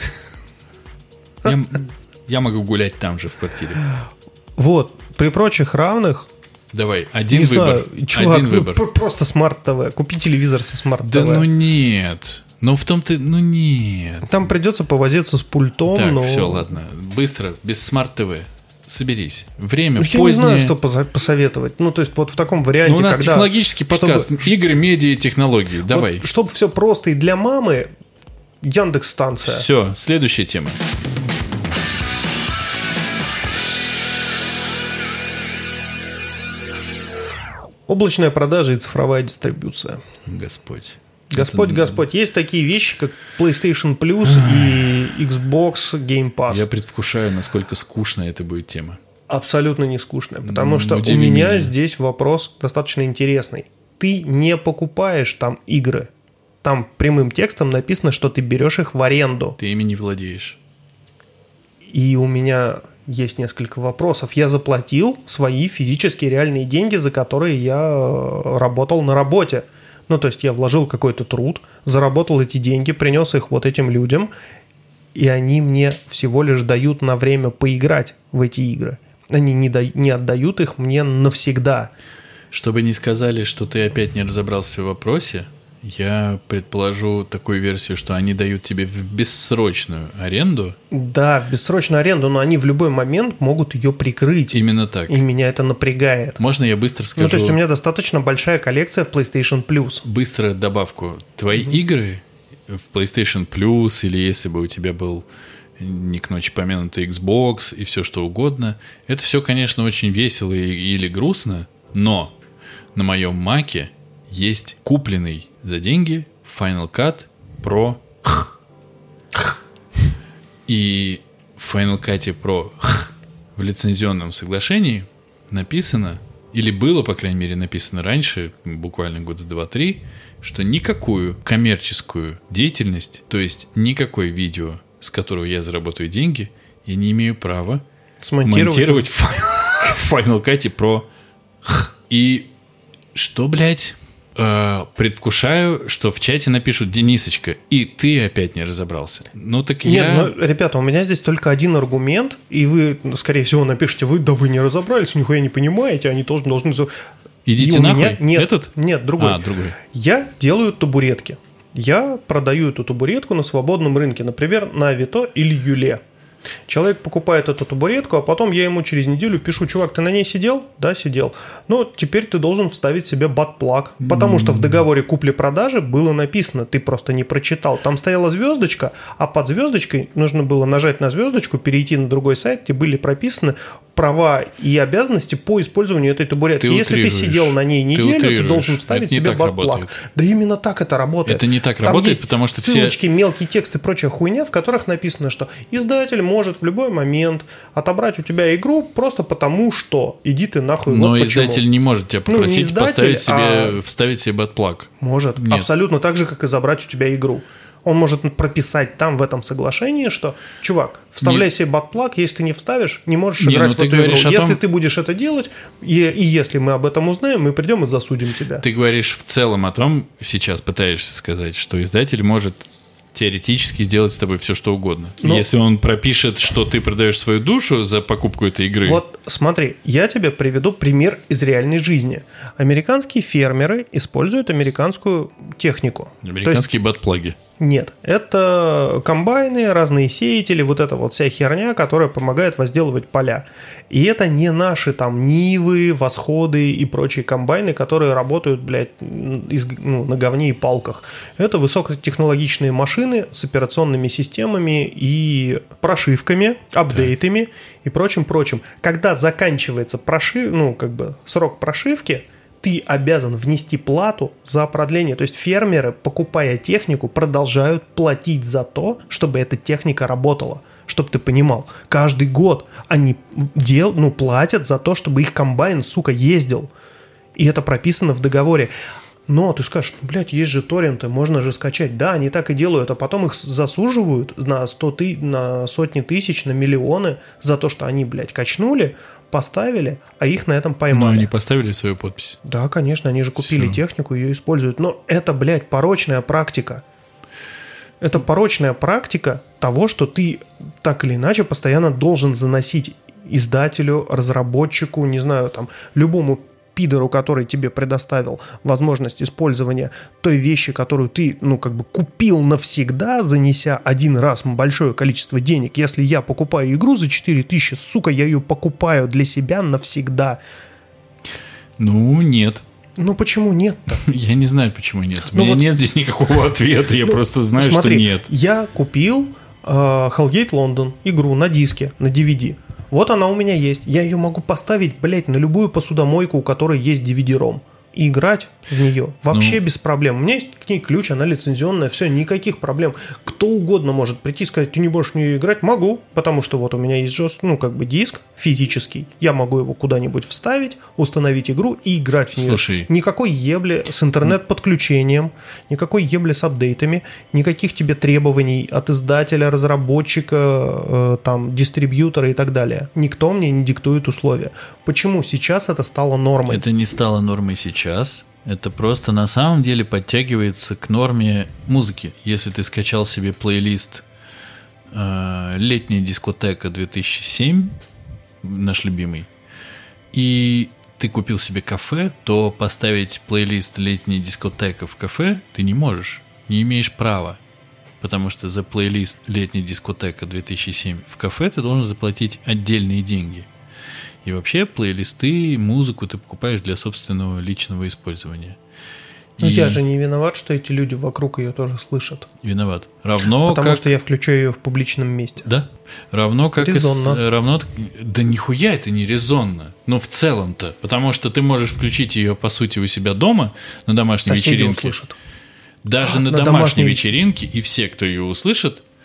Я могу гулять там же в квартире. При прочих равных. Давай, один выбор. Чувак, просто смарт-ТВ. Купи телевизор со смарт-ТВ. Да нет. В том-то, нет. Там придется повозиться с пультом. Так, все, ладно. Быстро, без смарт-ТВ. Соберись. Время позднее. Я не знаю, что посоветовать. То есть, в таком варианте, у нас технологический подкаст. Игры, медиа, технологии. Давай. Чтобы все просто и для мамы, Яндекс-станция. Все, следующая тема. Облачная продажа и цифровая дистрибуция. Господь. Господь. Есть такие вещи, как PlayStation Plus и Xbox Game Pass. Я предвкушаю, насколько скучная это будет тема. Абсолютно не скучная, потому что у меня здесь вопрос достаточно интересный. Ты не покупаешь там игры. Там прямым текстом написано, что ты берешь их в аренду. Ты ими не владеешь. И у меня есть несколько вопросов. Я заплатил свои физические реальные деньги, за которые я работал на работе. То есть я вложил какой-то труд, заработал эти деньги, принес их этим людям, и они мне всего лишь дают на время поиграть в эти игры. Они не отдают их мне навсегда. Чтобы не сказали, что ты опять не разобрался в вопросе, я предположу такую версию, что они дают тебе в бессрочную аренду. Да, в бессрочную аренду, но они в любой момент могут ее прикрыть. Именно так. И меня это напрягает. Можно я быстро скажу? То есть у меня достаточно большая коллекция в PlayStation Plus. Быстро добавку. Твои игры в PlayStation Plus, или если бы у тебя был не к ночи помянутый Xbox и все что угодно, это все, конечно, очень весело или грустно, но на моем Маке есть купленный за деньги Final Cut Pro И в Final Cut Pro в лицензионном соглашении написано, или было, по крайней мере, написано раньше, буквально года 2-3, что никакую коммерческую деятельность, то есть никакое видео, с которого я заработаю деньги, я не имею права монтировать в Final Cut Pro. И что, блядь? Предвкушаю, что в чате напишут: Денисочка, и ты опять не разобрался. Ну так Нет, ребята, у меня здесь только один аргумент, и вы, скорее всего, напишите: вы не разобрались, нихуя не понимаете, они тоже должны... Идите нахуй? Нет, другой. Другой. Я делаю табуретки. Я продаю эту табуретку на свободном рынке, например, на Авито или Юле. Человек покупает эту табуретку, а потом я ему через неделю пишу: чувак, ты на ней сидел? Да, сидел. Но теперь ты должен вставить себе бат-плаг, потому что в договоре купли-продажи было написано, ты просто не прочитал. Там стояла звездочка, а под звездочкой нужно было нажать на звездочку, перейти на другой сайт, где были прописаны права и обязанности по использованию этой табуретки. Если ты сидел на ней неделю, ты должен вставить себе бат-плаг. Да именно так это работает. Это не так там работает, есть потому что ссылочки, мелкий текст и прочая хуйня, в которых написано, что издатель может в любой момент отобрать у тебя игру просто потому, что иди ты нахуй. Но вот издатель почему. не может тебя попросить поставить себе, вставить себе бат-плаг. Может. Нет. Абсолютно так же, как и забрать у тебя игру. Он может прописать там в этом соглашении, что, чувак, вставляй себе бат-плаг, если ты не вставишь, не можешь играть в эту игру. Если ты будешь это делать, и если мы об этом узнаем, мы придем и засудим тебя. Ты говоришь в целом о том, сейчас пытаешься сказать, что издатель может теоретически сделать с тобой все, что угодно. Если он пропишет, что ты продаешь свою душу за покупку этой игры. Вот смотри, я тебе приведу пример из реальной жизни. Американские фермеры используют американскую технику. Американские бат-плаги. Нет, это комбайны, разные сеятели, вот эта вот вся херня, которая помогает возделывать поля. И это не наши там Нивы, Восходы и прочие комбайны, которые работают, блядь, на говне и палках. Это высокотехнологичные машины с операционными системами и прошивками, апдейтами и прочим-прочим. Когда заканчивается срок прошивки, ты обязан внести плату за продление. То есть фермеры, покупая технику, продолжают платить за то, чтобы эта техника работала. Чтобы ты понимал, каждый год они платят за то, чтобы их комбайн, сука, ездил. И это прописано в договоре. Но ты скажешь: блядь, есть же торренты, можно же скачать. Да, они так и делают, а потом их засуживают на сотни тысяч, на миллионы за то, что они, блядь, качнули, поставили, а их на этом поймали. Но они поставили свою подпись. Да, конечно, они же купили технику, ее используют. Но это, блядь, порочная практика. Это порочная практика того, что ты так или иначе постоянно должен заносить издателю, разработчику, не знаю, там, любому пидору, который тебе предоставил возможность использования той вещи, которую ты, купил навсегда, занеся один раз большое количество денег. Если я покупаю игру за 4000, сука, я ее покупаю для себя навсегда. Нет. Почему нет-то? Я не знаю, почему нет. У меня нет здесь никакого ответа, я просто знаю, что нет. Я купил Hellgate London игру на диске, на DVD. Вот она у меня есть. Я ее могу поставить, блядь, на любую посудомойку, у которой есть DVD-ROM. И играть в нее вообще без проблем. У меня есть к ней ключ, она лицензионная, все, никаких проблем. Кто угодно может прийти и сказать: ты не будешь в нее играть? Могу, потому что вот у меня есть диск физический. Я могу его куда-нибудь вставить, установить игру и играть в нее. Слушай. Никакой ебли с интернет-подключением, никакой ебли с апдейтами, никаких тебе требований от издателя, разработчика, дистрибьютора и так далее. Никто мне не диктует условия. Почему сейчас это стало нормой? Это не стало нормой сейчас. Это просто на самом деле подтягивается к норме музыки. Если ты скачал себе плейлист «Летняя дискотека 2007», наш любимый, и ты купил себе кафе, то поставить плейлист «Летняя дискотека» в кафе ты не можешь, не имеешь права. Потому что за плейлист «Летняя дискотека 2007» в кафе ты должен заплатить отдельные деньги. И вообще плейлисты, музыку ты покупаешь для собственного личного использования. Но я же не виноват, что эти люди вокруг ее тоже слышат. Виноват. Потому что я включаю ее в публичном месте. Да. Равно как резонно. Да нихуя это не резонно. Но в целом-то. Потому что ты можешь включить ее, по сути, у себя дома на домашней вечеринке. Услышат. Даже на домашней вечеринке, и все, кто ее услышит,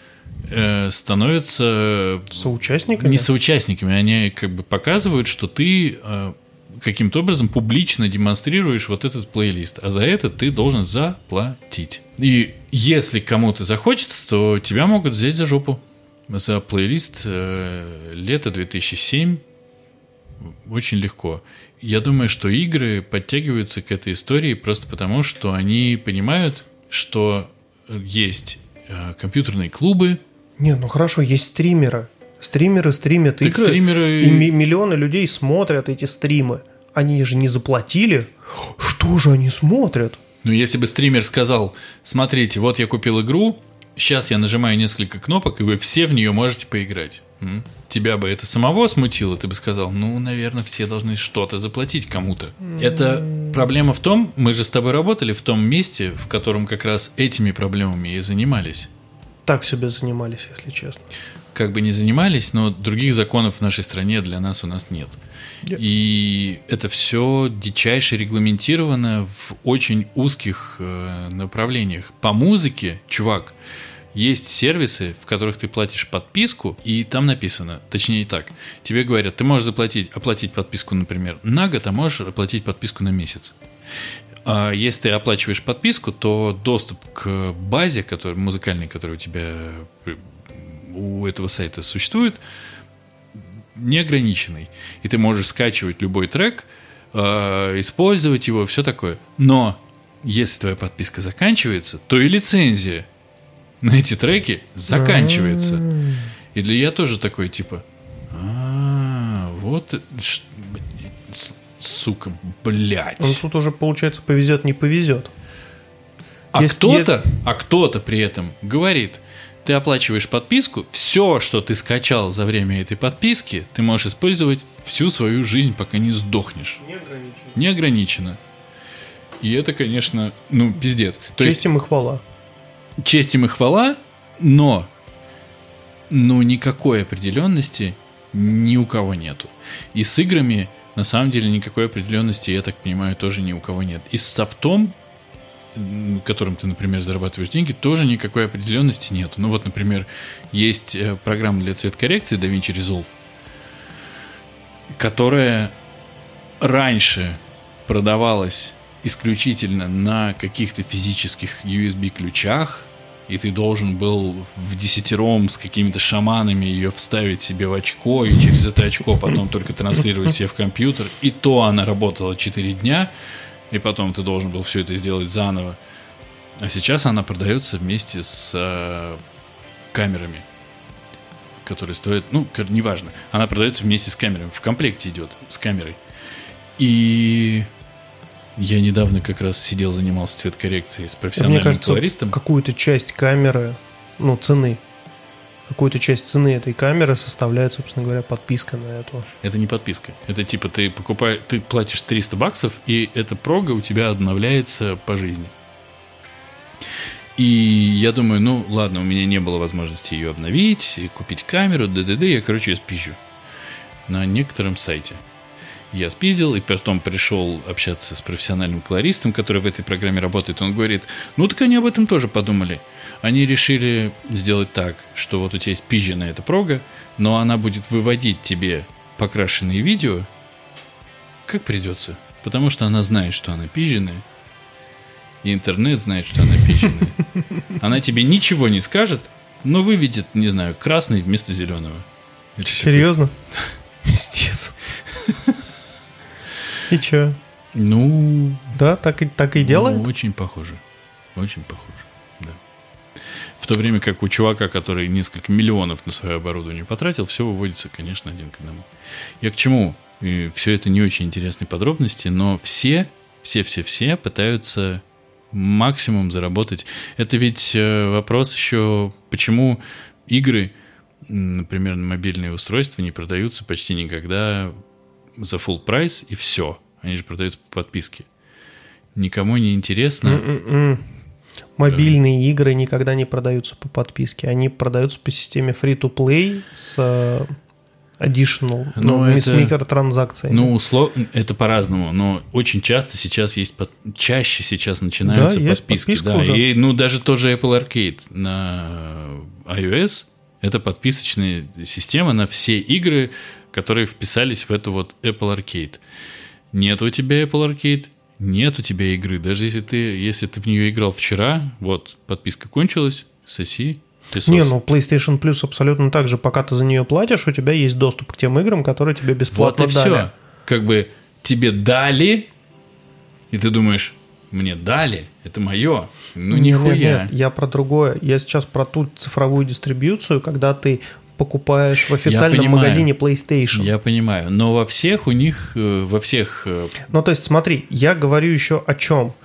становятся... Соучастниками? Не соучастниками, они как бы показывают, что ты каким-то образом публично демонстрируешь вот этот плейлист, а за это ты должен заплатить. И если кому-то захочется, то тебя могут взять за жопу за плейлист лета 2007 очень легко. Я думаю, что игры подтягиваются к этой истории просто потому, что они понимают, что есть компьютерные клубы. Не, ну хорошо, есть стримеры. Стримеры стримят так игры, стримеры... и миллионы людей смотрят эти стримы. Они же не заплатили. Что же они смотрят? Ну, если бы стример сказал, смотрите, вот я купил игру, сейчас я нажимаю несколько кнопок, и вы все в нее можете поиграть. Тебя бы это самого смутило, ты бы сказал, ну, наверное, все должны что-то заплатить кому-то. Это проблема в том, мы же с тобой работали в том месте, в котором как раз этими проблемами и занимались. Так себе занимались, если честно. Как бы не занимались, но других законов в нашей стране для нас у нас нет. И это все дичайше регламентировано в очень узких направлениях. По музыке, чувак, есть сервисы, в которых ты платишь подписку, и там написано, точнее так, тебе говорят, ты можешь оплатить подписку, например, на год, а можешь оплатить подписку на месяц. А если ты оплачиваешь подписку, то доступ к базе, музыкальной, которая у тебя у этого сайта существует, неограниченный. И ты можешь скачивать любой трек, использовать его, все такое. Но если твоя подписка заканчивается, то и лицензия на эти треки заканчивается. И я тоже такой, типа, вот, сука, блядь. Ну, тут уже, получается, повезет, не повезет. А кто-то при этом говорит, ты оплачиваешь подписку, все, что ты скачал за время этой подписки, ты можешь использовать всю свою жизнь, пока не сдохнешь. Неограниченно. И это, конечно, пиздец. Честь им и хвала. Честь им и хвала, но никакой определенности ни у кого нету. И с играми, на самом деле, никакой определенности, я так понимаю, тоже ни у кого нет. И с софтом, которым ты, например, зарабатываешь деньги, тоже никакой определенности нету. Ну вот, например, есть программа для цветокоррекции DaVinci Resolve, которая раньше продавалась исключительно на каких-то физических USB-ключах, и ты должен был в десятером с какими-то шаманами ее вставить себе в очко, и через это очко потом только транслировать себе в компьютер. И то она работала 4 дня, и потом ты должен был все это сделать заново. А сейчас она продается вместе с камерами, которые стоят... неважно. Она продается вместе с камерами. В комплекте идет с камерой. И... Я недавно как раз занимался цветокоррекцией с профессиональным колористом. Какую-то часть камеры, цены, какую-то часть цены этой камеры составляет, собственно говоря, подписка на эту. Это не подписка. Это типа ты платишь $300, и эта прога у тебя обновляется по жизни. И я думаю, ладно, у меня не было возможности ее обновить, купить камеру, я, ее спизжу на некотором сайте. Я спиздил, и потом пришел общаться с профессиональным колористом, который в этой программе работает. Он говорит, так они об этом тоже подумали. Они решили сделать так, что вот у тебя есть пизженная эта прога, но она будет выводить тебе покрашенные видео, как придется. Потому что она знает, что она пизженная, и интернет знает, что она пизженная. Она тебе ничего не скажет, но выведет, не знаю, красный вместо зеленого. Серьезно? Пиздец. И чё? Да, так и делает? Очень похоже. Очень похоже, да. В то время как у чувака, который несколько миллионов на свое оборудование потратил, все выводится, конечно, 1 к 1. Я к чему? И все это не очень интересные подробности, но все пытаются максимум заработать. Это ведь вопрос еще, почему игры, например, на мобильные устройства не продаются почти никогда за full прайс, и все. Они же продаются по подписке. Никому не интересно. Мобильные игры никогда не продаются по подписке. Они продаются по системе free-to-play с additional, с микротранзакциями. Это по-разному, но очень часто сейчас чаще сейчас начинаются подписки. Да, уже. И, даже тоже Apple Arcade на iOS Это подписочная система на все игры, которые вписались в эту вот Apple Arcade. Нет у тебя Apple Arcade, нет у тебя игры. Даже если ты в нее играл вчера, вот, подписка кончилась, соси. Не, ну PlayStation Plus абсолютно так же. Пока ты за нее платишь, у тебя есть доступ к тем играм, которые тебе бесплатно вот и дали. все. Как бы тебе дали, и ты думаешь, мне дали, это мое. Ну, нихуя. Нет, я про другое. Я сейчас про ту цифровую дистрибьюцию, когда ты покупаешь в официальном магазине PlayStation. Я понимаю, но во всех у них, Ну, то есть, смотри, я говорю еще о чем.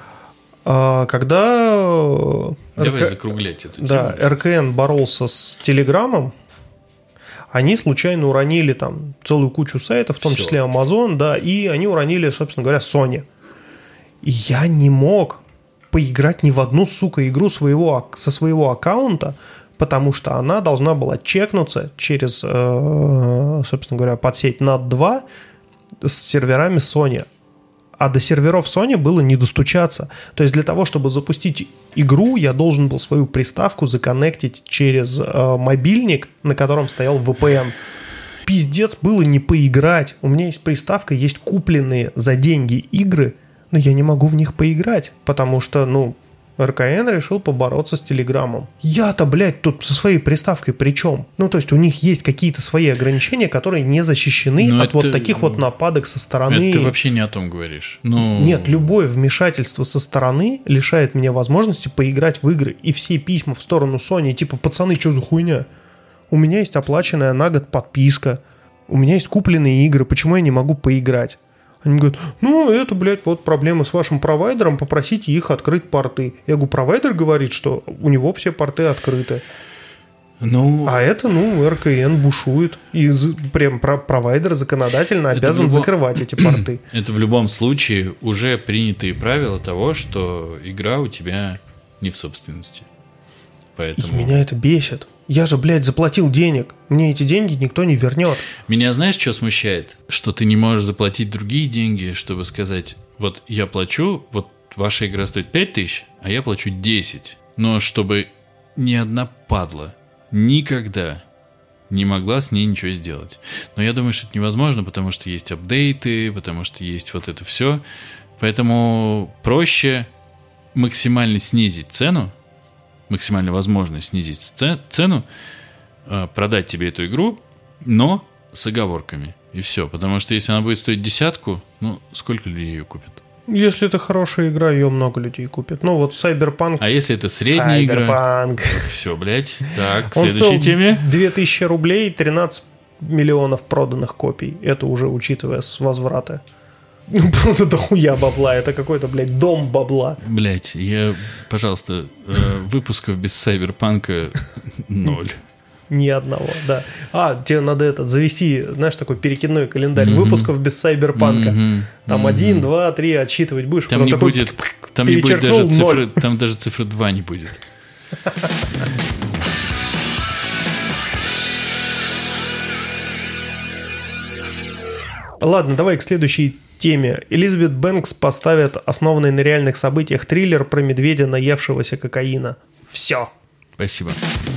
Когда... Давай закруглять эту тему. Да, РКН боролся с Телеграмом, они случайно уронили там целую кучу сайтов, в том числе Amazon, да, и они уронили, собственно говоря, Sony. И я не мог поиграть ни в одну, сука, игру со своего аккаунта, потому что она должна была чекнуться через, собственно говоря, подсеть NAT2 с серверами Sony. А до серверов Sony было не достучаться. То есть для того, чтобы запустить игру, я должен был свою приставку законнектить через мобильник, на котором стоял VPN. Пиздец, было не поиграть. У меня есть приставка, есть купленные за деньги игры, но я не могу в них поиграть, потому что, РКН решил побороться с Телеграмом. Я-то, блядь, тут со своей приставкой при чем? То есть у них есть какие-то свои ограничения, которые не защищены от вот таких вот нападок со стороны. Это ты вообще не о том говоришь. Нет, любое вмешательство со стороны лишает меня возможности поиграть в игры. И все письма в сторону Sony, типа, пацаны, что за хуйня? У меня есть оплаченная на год подписка. У меня есть купленные игры. Почему я не могу поиграть? Они говорят, это, блядь, вот проблемы с вашим провайдером, попросите их открыть порты. Я говорю, провайдер говорит, что у него все порты открыты. А это, РКН бушует. И прям провайдер законодательно обязан закрывать эти порты. Это в любом случае уже принятые правила того, что игра у тебя не в собственности. Поэтому... И меня это бесит. Я же, блядь, заплатил денег. Мне эти деньги никто не вернет. Меня знаешь, что смущает? Что ты не можешь заплатить другие деньги, чтобы сказать, вот я плачу, вот ваша игра стоит 5000, а я плачу 10. Но чтобы ни одна падла никогда не могла с ней ничего сделать. Но я думаю, что это невозможно, потому что есть апдейты, потому что есть вот это все. Поэтому проще максимально снизить цену, максимально возможно снизить цену, продать тебе эту игру, но с оговорками. И все. Потому что если она будет стоить 10, сколько людей ее купят? Если это хорошая игра, ее много людей купят. Вот Cyberpunk... А если это средняя игра? Все, блядь. Так, он следующей теме. 2000 рублей, 13 миллионов проданных копий. Это уже учитывая с возврата. Просто дохуя бабла. Это какой-то, блядь, дом бабла. Блядь, пожалуйста, выпусков без Сайберпанка 0. Ни одного, да. Тебе надо завести, знаешь, такой перекидной календарь выпусков без Сайберпанка. Там 1, 2, 3 отсчитывать будешь. Там не будет даже цифры, там даже цифры 2 не будет. Ладно, давай к следующей теме. Элизабет Бэнкс поставит основанный на реальных событиях триллер про медведя, наевшегося кокаина. Все. Спасибо.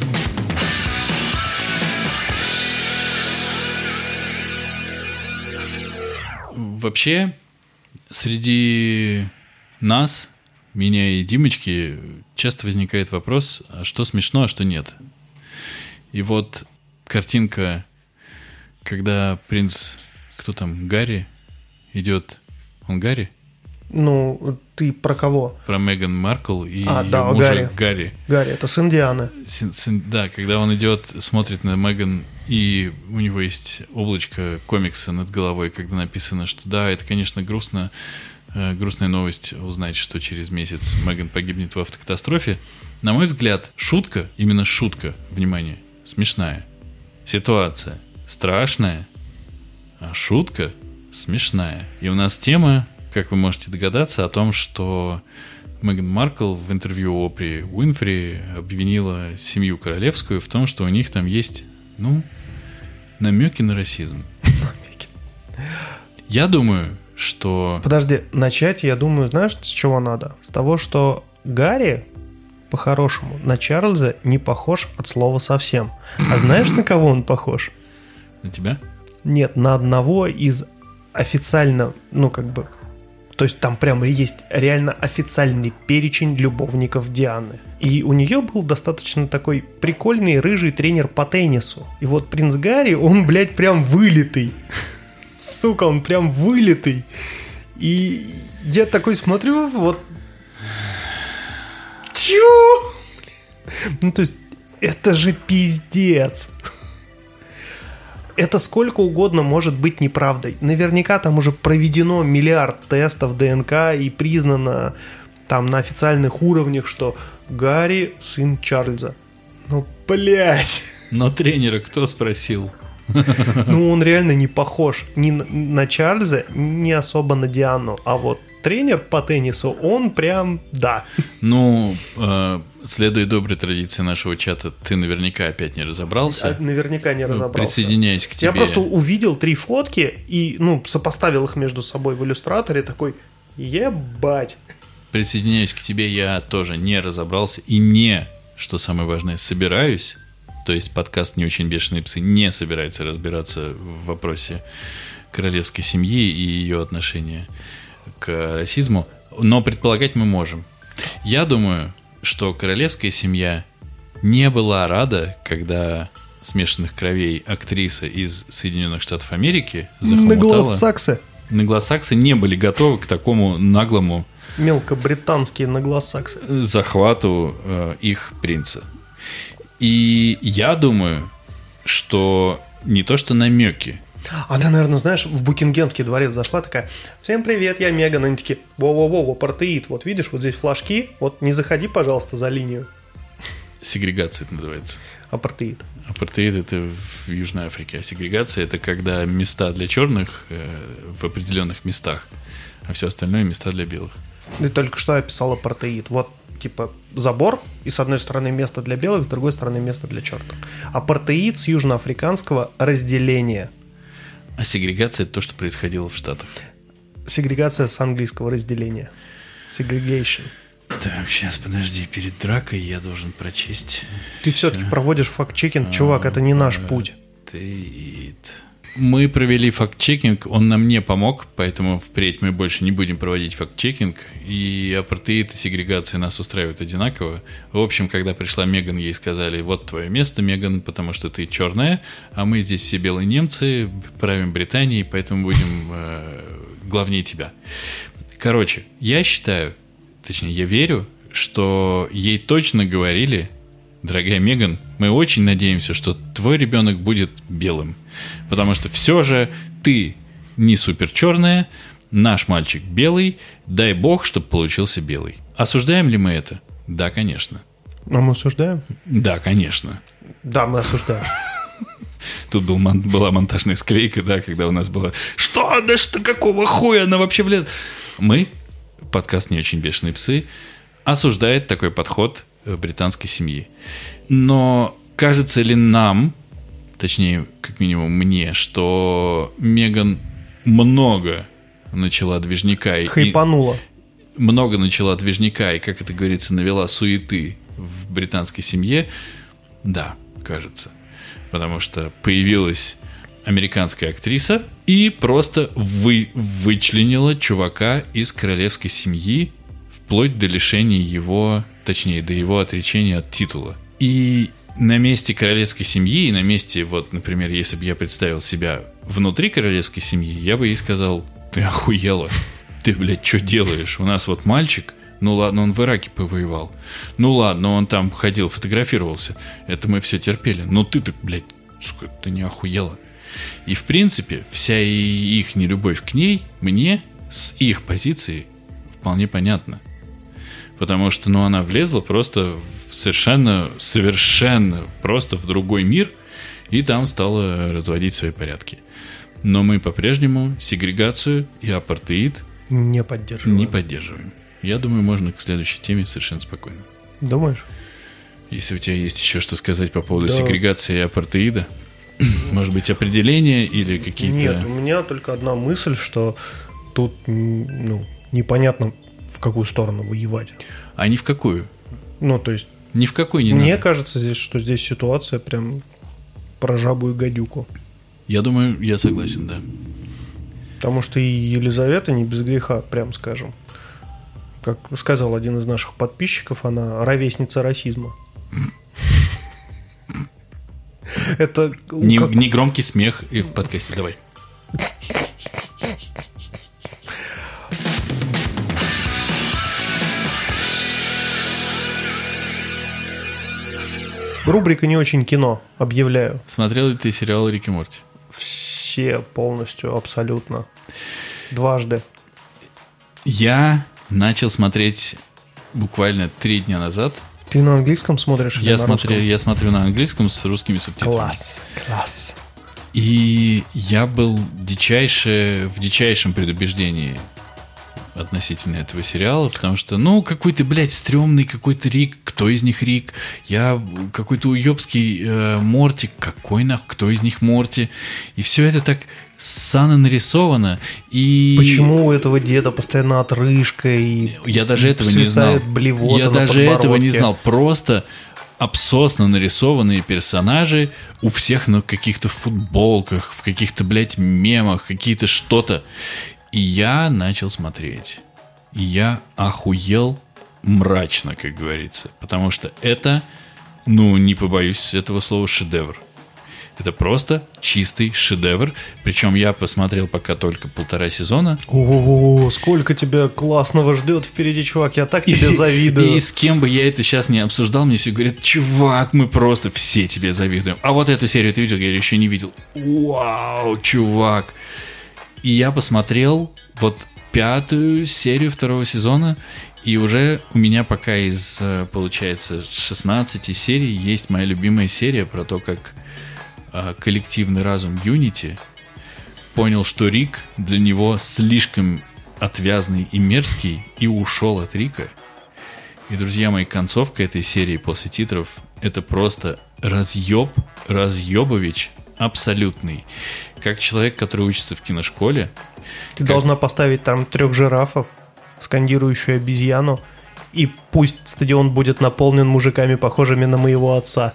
Вообще, среди нас, меня и Димочки, часто возникает вопрос, а что смешно, а что нет. И вот картинка, когда принц, кто там, Гарри, идет... Он Гарри? Ты про кого? Про Меган Маркл и ее мужа Гарри. Гарри, это сын Дианы. Да, когда он идет, смотрит на Меган, и у него есть облачко комикса над головой, когда написано, что да, это, конечно, грустная новость узнать, что через месяц Меган погибнет в автокатастрофе. На мой взгляд, шутка, именно шутка, внимание, смешная. Ситуация страшная, а шутка смешная. И у нас тема, как вы можете догадаться, о том, что Меган Маркл в интервью Опри Уинфри обвинила семью королевскую в том, что у них там есть, намеки на расизм. Я думаю, что... Подожди, начать, я думаю, знаешь, с чего надо? С того, что Гарри по-хорошему, на Чарльза не похож от слова совсем. А знаешь, на кого он похож? На тебя? Нет, на одного из официально, то есть там прям есть реально официальный перечень любовников Дианы. И у нее был достаточно такой прикольный рыжий тренер по теннису. И вот принц Гарри, он, блядь, прям вылитый. Сука, он прям вылитый. И я такой смотрю, вот... Чё? То есть, это же пиздец. Это сколько угодно может быть неправдой. Наверняка там уже проведено миллиард тестов ДНК и признано там на официальных уровнях, что Гарри сын Чарльза. Блядь. Но тренера кто спросил? Он реально не похож ни на Чарльза, ни особо на Диану. А вот тренер по теннису, он прям, да. Следуя доброй традиции нашего чата, ты наверняка опять не разобрался. Наверняка не разобрался. Присоединяюсь к тебе. Я просто увидел 3 фотки и, сопоставил их между собой в иллюстраторе, такой, ебать. Присоединяюсь к тебе, я тоже не разобрался и не, что самое важное, собираюсь. То есть подкаст «Не очень бешеные псы» не собирается разбираться в вопросе королевской семьи и ее отношения к расизму, но предполагать мы можем. Я думаю, что королевская семья не была рада, когда смешанных кровей актриса из Соединенных Штатов Америки захомутала. Наглосаксы не были готовы к такому наглому мелкобританские наглосаксы захвату их принца. И я думаю, что не то что намеки. Она, наверное, знаешь, в Букингемский дворец зашла такая: всем привет, я Меган. Они такие: во-во-во, апартеид, вот видишь, вот здесь флажки, вот не заходи, пожалуйста, за линию. Сегрегация это называется. Апартеид. Апартеид это в Южной Африке, а сегрегация это когда места для черных в определенных местах, а все остальное места для белых. Ты только что описал апартеид. Вот типа забор, и с одной стороны место для белых, с другой стороны место для черных. Апартеид с южноафриканского разделение. А сегрегация – это то, что происходило в Штатах. Сегрегация с английского разделения. Segregation. Так, сейчас, подожди, перед дракой я должен прочесть. Ты все-таки проводишь факт-чекинг, чувак, это не наш путь. Мы провели факт-чекинг, он нам не помог, поэтому впредь мы больше не будем проводить факт-чекинг, и апартеид и сегрегация нас устраивают одинаково. В общем, когда пришла Меган, ей сказали: вот твое место, Меган, потому что ты черная, а мы здесь все белые немцы, правим Британией, поэтому будем главнее тебя. Короче, я считаю, точнее, я верю, что ей точно говорили: дорогая Меган, мы очень надеемся, что твой ребенок будет белым. Потому что все же ты не супер черная, наш мальчик белый, дай бог, чтобы получился белый. Осуждаем ли мы это? Да, конечно. А мы осуждаем? Да, конечно. Да, мы осуждаем. Тут была монтажная склейка, да, когда у нас было: что? Да что, какого хуя она вообще влезла? Мы, подкаст «Не очень бешеные псы», осуждает такой подход британской семьи. Но кажется ли нам, точнее, как минимум мне, что Меган много начала движняка. Хайпанула. Много начала движняка и, как это говорится, навела суеты в британской семье? Да, кажется. Потому что появилась американская актриса и просто вычленила чувака из королевской семьи вплоть до лишения его, точнее, до его отречения от титула. И на месте королевской семьи, и на месте, вот, например, если бы я представил себя внутри королевской семьи, я бы ей сказал: ты охуела, ты, блядь, что делаешь? У нас вот мальчик, ну ладно, он в Ираке повоевал, ну ладно, он там ходил, фотографировался, это мы все терпели, но ты так, блядь, сука, ты не охуела. И, в принципе, вся их нелюбовь к ней, мне, с их позиции, вполне понятна. Потому что, она влезла просто совершенно просто в другой мир и там стала разводить свои порядки. Но мы по-прежнему сегрегацию и апартеид не поддерживаем. Я думаю, можно к следующей теме совершенно спокойно. Думаешь? Если у тебя есть еще что сказать по поводу сегрегации и апартеида, может быть, определения или какие-то... Нет, у меня только одна мысль, что тут непонятно, в какую сторону воевать. А ни в какую. Ну, то есть... Ни в какой не Мне надо. кажется, что здесь ситуация прям про жабу и гадюку. Я думаю, я согласен, да. Потому что и Елизавета не без греха, прям скажем. Как сказал один из наших подписчиков, она ровесница расизма. Это... Не громкий смех и в подкасте, давай. Рубрика «Не очень кино», объявляю. Смотрел ли ты сериал «Рик и Морти»? Все полностью, абсолютно. Дважды. Я начал смотреть буквально 3 дня назад. Ты на английском смотришь или на русском? Я смотрю на английском с русскими субтитрами. Класс. И я был в дичайшем предубеждении относительно этого сериала, потому что, какой-то, блядь, стрёмный какой-то Рик, кто из них Рик? Я какой-то уёбский Морти, кто из них Морти? И все это так ссано нарисовано. И... Почему у этого деда постоянно отрыжка и я даже этого не знал. Блевота Я на даже этого не подбородке? знал. Просто абсосно нарисованные персонажи у всех на каких-то футболках, в каких-то, блядь, мемах, какие-то что-то. И я начал смотреть. И я охуел мрачно, как говорится. Потому что это, не побоюсь этого слова, шедевр. Это просто чистый шедевр. Причем я посмотрел пока только 1,5 сезона. О, сколько тебя классного ждет впереди, чувак. Я так тебе завидую. И с кем бы я это сейчас не обсуждал, мне все говорят: чувак, мы просто все тебе завидуем. А вот эту серию ты видел? Я еще не видел. Вау, чувак. И я посмотрел 5-ю серию 2-го сезона, и уже у меня пока из, получается, 16 серий есть моя любимая серия про то, как коллективный разум Unity понял, что Рик для него слишком отвязный и мерзкий, и ушел от Рика. И, друзья мои, концовка этой серии после титров — это просто разъебович абсолютный. Как человек, который учится в киношколе. Ты должна поставить там 3 жирафов, скандирующую обезьяну, и пусть стадион будет наполнен мужиками, похожими на моего отца.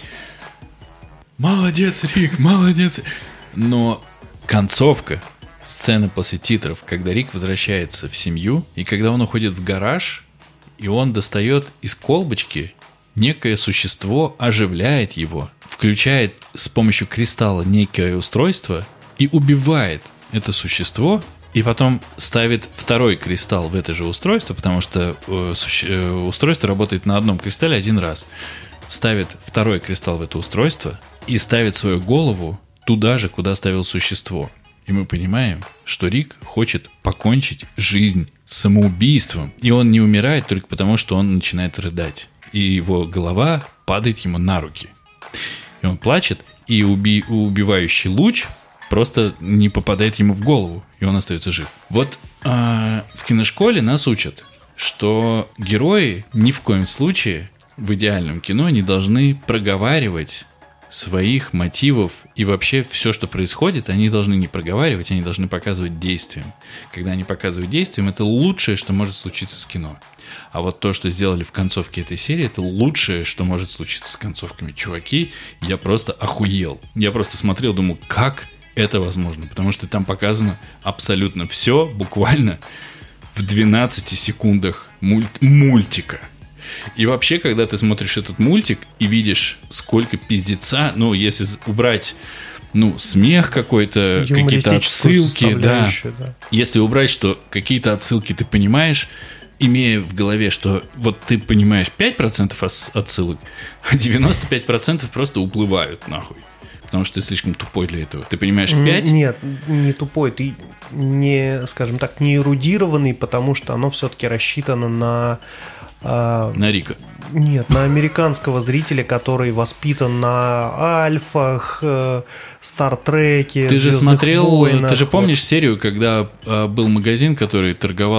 Молодец, Рик, молодец. Но концовка, сцена после титров, когда Рик возвращается в семью, и когда он уходит в гараж, и он достает из колбочки некое существо, оживляет его, включает с помощью кристалла некое устройство и убивает это существо, и потом ставит 2-й кристалл в это же устройство, потому что устройство работает на одном кристалле 1 раз. Ставит 2-й кристалл в это устройство и ставит свою голову туда же, куда ставил существо. И мы понимаем, что Рик хочет покончить жизнь самоубийством. И он не умирает только потому, что он начинает рыдать. И его голова падает ему на руки. И он плачет, и убивающий луч просто не попадает ему в голову, и он остается жив. В киношколе нас учат, что герои ни в коем случае в идеальном кино не должны проговаривать своих мотивов, и вообще все, что происходит, они должны не проговаривать, они должны показывать действием. Когда они показывают действием, это лучшее, что может случиться с кино. А вот то, что сделали в концовке этой серии, это лучшее, что может случиться с концовками. Чуваки, я просто охуел. Я просто смотрел, думал, как это возможно? Потому что там показано абсолютно все, буквально в 12 секундах мультика. И вообще, когда ты смотришь этот мультик и видишь, сколько пиздеца, если убрать, смех какой-то, какие-то отсылки, да. Если убрать, что какие-то отсылки ты понимаешь, имея в голове, что ты понимаешь 5% отсылок, а 95% просто уплывают нахуй. Потому что ты слишком тупой для этого. Ты понимаешь 5? Нет, не тупой. Ты не, скажем так, не эрудированный, потому что оно все-таки рассчитано на... На Рика. Нет, на американского зрителя, который воспитан на Альфах, Стартреке, Ты же Звездных смотрел, войнах. ты же помнишь серию, когда был магазин, который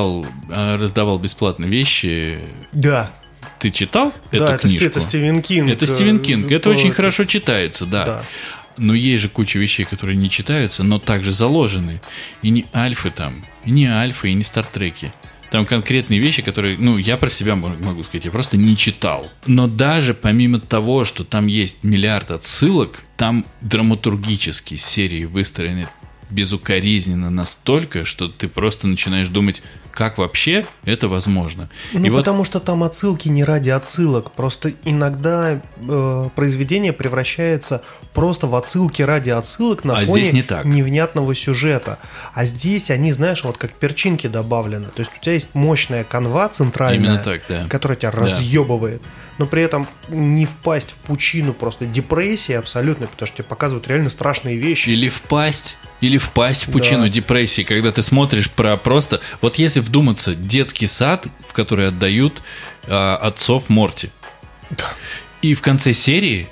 раздавал бесплатно вещи? Да. Ты читал эту книжку? Это Стивен Кинг. Это Стивен Кинг. Это очень хорошо читается, да. Да. Но есть же куча вещей, которые не читаются, но также заложены. И не альфы там, и не альфы, и не стартреки. Там конкретные вещи, которые, я про себя могу сказать, я просто не читал. Но даже помимо того, что там есть миллиард отсылок, там драматургически серии выстроены безукоризненно настолько, что ты просто начинаешь думать, как вообще это возможно. Потому что там отсылки не ради отсылок. Просто иногда произведение превращается просто в отсылки ради отсылок на фоне невнятного сюжета. А здесь они, знаешь, вот как перчинки добавлены. То есть у тебя есть мощная канва центральная, которая тебя разъебывает. Но при этом не впасть в пучину просто депрессии абсолютно, потому что тебе показывают реально страшные вещи. Или впасть в пучину депрессии, когда ты смотришь про просто... Вот если вдуматься, детский сад, в который отдают отцов Морти. Да. И в конце серии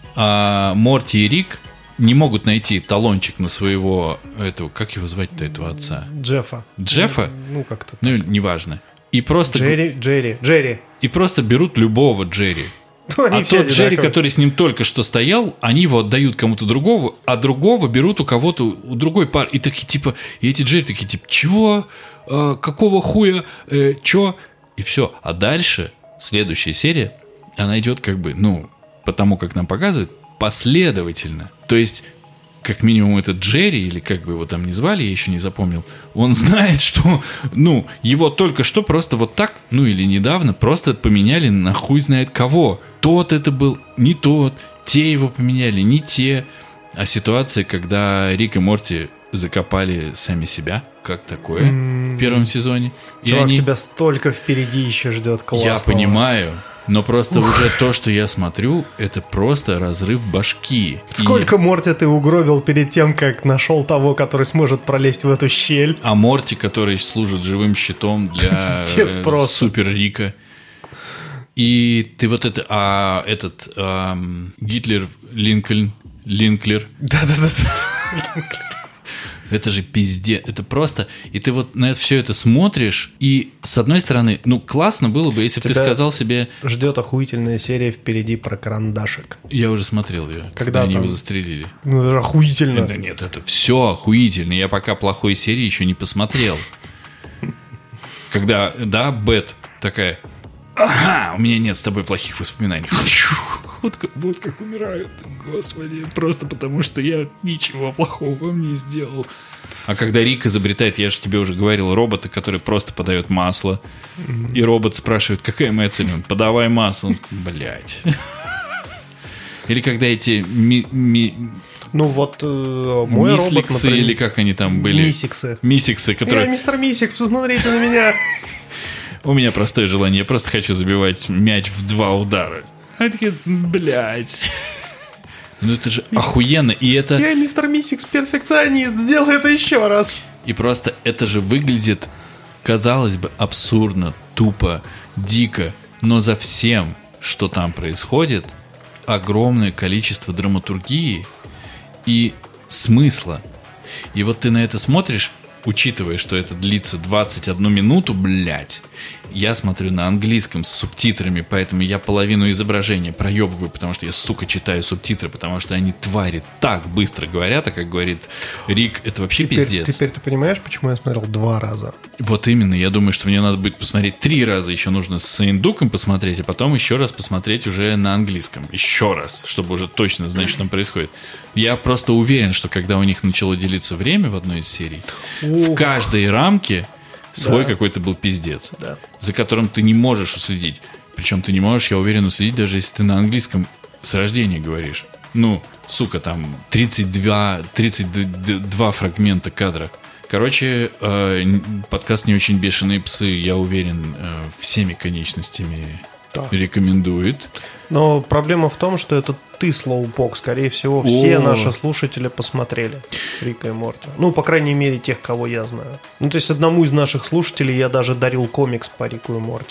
Морти и Рик не могут найти талончик на своего... Как его звать-то, этого отца? Джеффа. Как-то так. Неважно. И просто... Джерри. И просто берут любого Джерри. А тот Джерри, который с ним только что стоял, они его отдают кому-то другому, а другого берут у кого-то, у другой пары. И такие типа, и эти Джерри такие типа, чего? Какого хуя? Чё? И все. А дальше, следующая серия, она идет по тому, как нам показывают, последовательно. То есть... Как минимум этот Джерри, или как бы его там ни звали, я еще не запомнил, он знает, что, его только что просто вот так, или недавно просто поменяли на хуй знает кого. Тот это был, не тот, те его поменяли, не те. А ситуация, когда Рик и Морти закопали сами себя, как такое в первом сезоне. Чувак, тебя столько впереди еще ждет классного. Я понимаю. Но просто уже то, что я смотрю, это просто разрыв башки. Сколько Морти ты угробил перед тем, как нашел того, который сможет пролезть в эту щель? А Морти, который служит живым щитом для Супер Рика. И ты вот это... Гитлер, Линклер. Да-да-да. Это же пиздец, это просто... И ты вот на все это смотришь, и с одной стороны, классно было бы, если бы ты сказал себе... Ждет охуительная серия впереди про карандашик. Я уже смотрел ее, когда они его застрелили. Это же охуительно. Да нет, это все охуительно. Я пока плохой серии еще не посмотрел. Когда, Бет такая... Ага, у меня нет с тобой плохих воспоминаний. Вот как умирают, господи, просто потому что я ничего плохого вам не сделал. А когда Рик изобретает, я же тебе уже говорил, робота, который просто подает масло, и робот спрашивает, какая моя цель? Он, подавай масло. Блять. Или когда эти мой робот, например, или как они там были? Мисиксы, которые... Я мистер Мисик, посмотрите на меня. У меня простое желание, я просто хочу забивать мяч в 2 удара. Они такие, блядь. Это же охуенно. И это... Я мистер Мисикс, перфекционист, сделай это еще раз. И просто это же выглядит, казалось бы, абсурдно, тупо, дико. Но за всем, что там происходит, огромное количество драматургии и смысла. И вот ты на это смотришь, учитывая, что это длится 21 минуту, блядь, я смотрю на английском с субтитрами, поэтому я половину изображения проебываю, потому что я, сука, читаю субтитры, потому что они, твари, так быстро говорят, а как говорит Рик, это вообще пиздец. Теперь ты понимаешь, почему я смотрел 2 раза? Вот именно, я думаю, что мне надо будет посмотреть 3 раза, еще нужно с индуком посмотреть, а потом еще раз посмотреть уже на английском. Еще раз, чтобы уже точно знать, что там происходит. Я просто уверен, что когда у них начало делиться время в одной из серий, в каждой рамке свой какой-то был пиздец, за которым ты не можешь уследить. Причем ты не можешь, я уверен, уследить, даже если ты на английском с рождения говоришь. Сука, там 32 фрагмента кадра. Короче, подкаст «Не очень бешеные псы», я уверен, всеми конечностями рекомендует. Но проблема в том, что это ты, Слоупок. Скорее всего, все наши слушатели посмотрели Рика и Морти. По крайней мере, тех, кого я знаю. То есть, одному из наших слушателей я даже дарил комикс по Рику и Морти.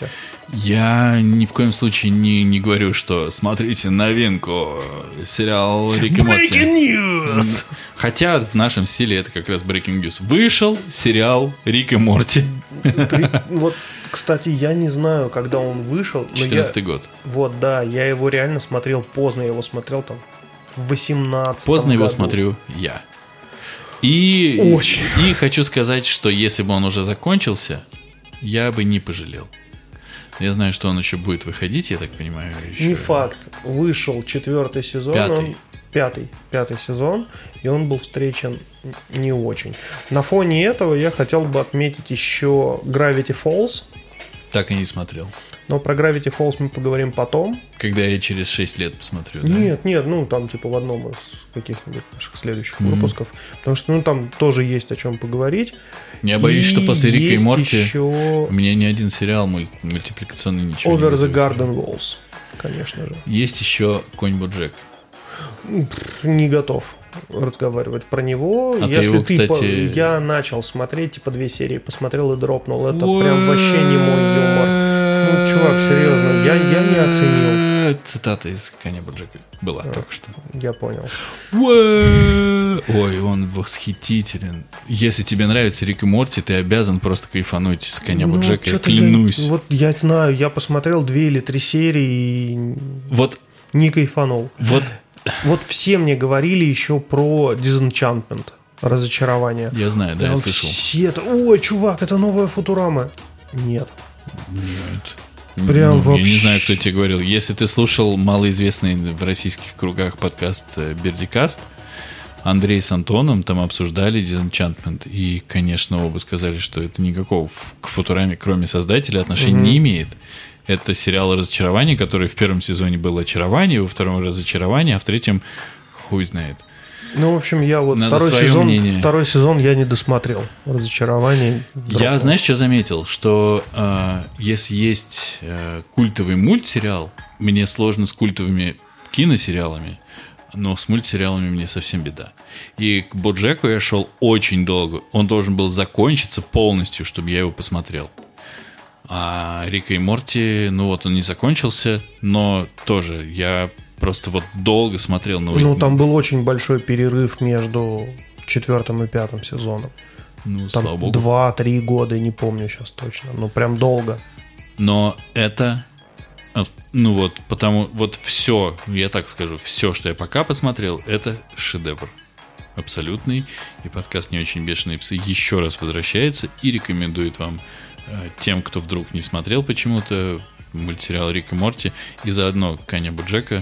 Я ни в коем случае не говорю, что смотрите новинку, сериал Рик и Морти. Breaking News! Хотя в нашем стиле это как раз Breaking News. Вышел сериал Рик и Морти. Вот, кстати, я не знаю, когда он вышел. 14-й год. Вот, да, я его реально смотрел поздно. Я его смотрел там в 18-м Поздно году. Его смотрю я. И хочу сказать, что если бы он уже закончился, я бы не пожалел. Я знаю, что он еще будет выходить, я так понимаю. Еще... Не факт. Вышел 4-й сезон. Пятый сезон, и он был встречен не очень. На фоне этого я хотел бы отметить еще Gravity Falls. Так и не смотрел. Но про Gravity Falls мы поговорим потом. Когда я через 6 лет посмотрю, да? Нет, ну там типа в одном из каких-нибудь наших следующих выпусков. Потому что ну там тоже есть о чем поговорить. Я боюсь, что после Рика и Морти еще... у меня ни один сериал мультипликационный ничего Over не the вызовет. Garden Walls, конечно же. Есть еще Конь Боджек. Не готов разговаривать про него. А Если ты его, кстати... Я начал смотреть, типа 2 серии посмотрел и дропнул. Это прям вообще не мой юмор. Ну, чувак, серьезно, я не оценил. Цитата из Коня Боджека была только что. Я понял. Ой, он восхитителен. Если тебе нравится Рик и Морти, ты обязан просто кайфануть с Коня Боджека, я клянусь. Вот я знаю, я посмотрел 2 или 3 серии и вот, не кайфанул. Вот все мне говорили еще про Disenchantment, разочарование. Я знаю, да, я слышал. Все это, ой, чувак, это новая Футурама. Нет. Прям вообще. Я не знаю, кто тебе говорил. Если ты слушал малоизвестный в российских кругах подкаст Бердикаст, Андрей с Антоном там обсуждали Disenchantment. И, конечно, оба сказали, что это никакого к Футураме, кроме создателя, отношения не имеет. Это сериал «Разочарование», который в 1 сезоне был очарование, во 2 разочарование, а в 3 хуй знает. Ну, в общем, я вот Надо второй сезон я не досмотрел. Разочарование. Я, знаешь, что заметил? Что если есть культовый мультсериал, мне сложно с культовыми киносериалами, но с мультсериалами мне совсем беда. И к Боджеку я шел очень долго. Он должен был закончиться полностью, чтобы я его посмотрел. А Рика и Морти, ну вот он не закончился, но тоже я просто вот долго смотрел. Ну, там был очень большой перерыв между 4 и 5 сезоном. Ну, там слава богу. 2-3 года, не помню сейчас точно, но прям долго. Но это, ну вот, потому вот все, я так скажу, все, что я пока посмотрел, это шедевр. Абсолютный. И подкаст «Не очень бешеные псы» еще раз возвращается и рекомендует вам, тем, кто вдруг не смотрел почему-то мультсериал «Рик и Морти», и заодно Коня Боджека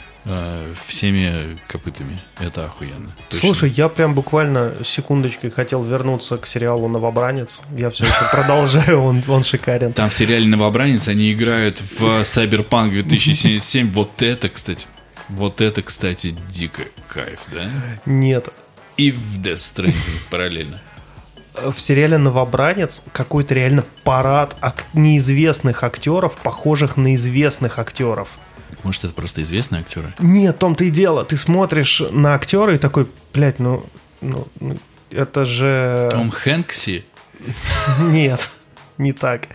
всеми копытами. Это охуенно. Точно. Слушай, я прям буквально секундочкой хотел вернуться к сериалу «Новобранец». Я все еще продолжаю, он шикарен. Там в сериале «Новобранец» они играют в Cyberpunk 2077. Вот это, кстати, дико кайф, да? Нет. И в Death Stranding параллельно. В сериале «Новобранец» какой-то реально парад неизвестных актеров, похожих на известных актеров. Может, это просто известные актеры? Нет, в том-то и дело. Ты смотришь на актера и такой, блядь, ну это же... Том Хэнкси? Нет, не так.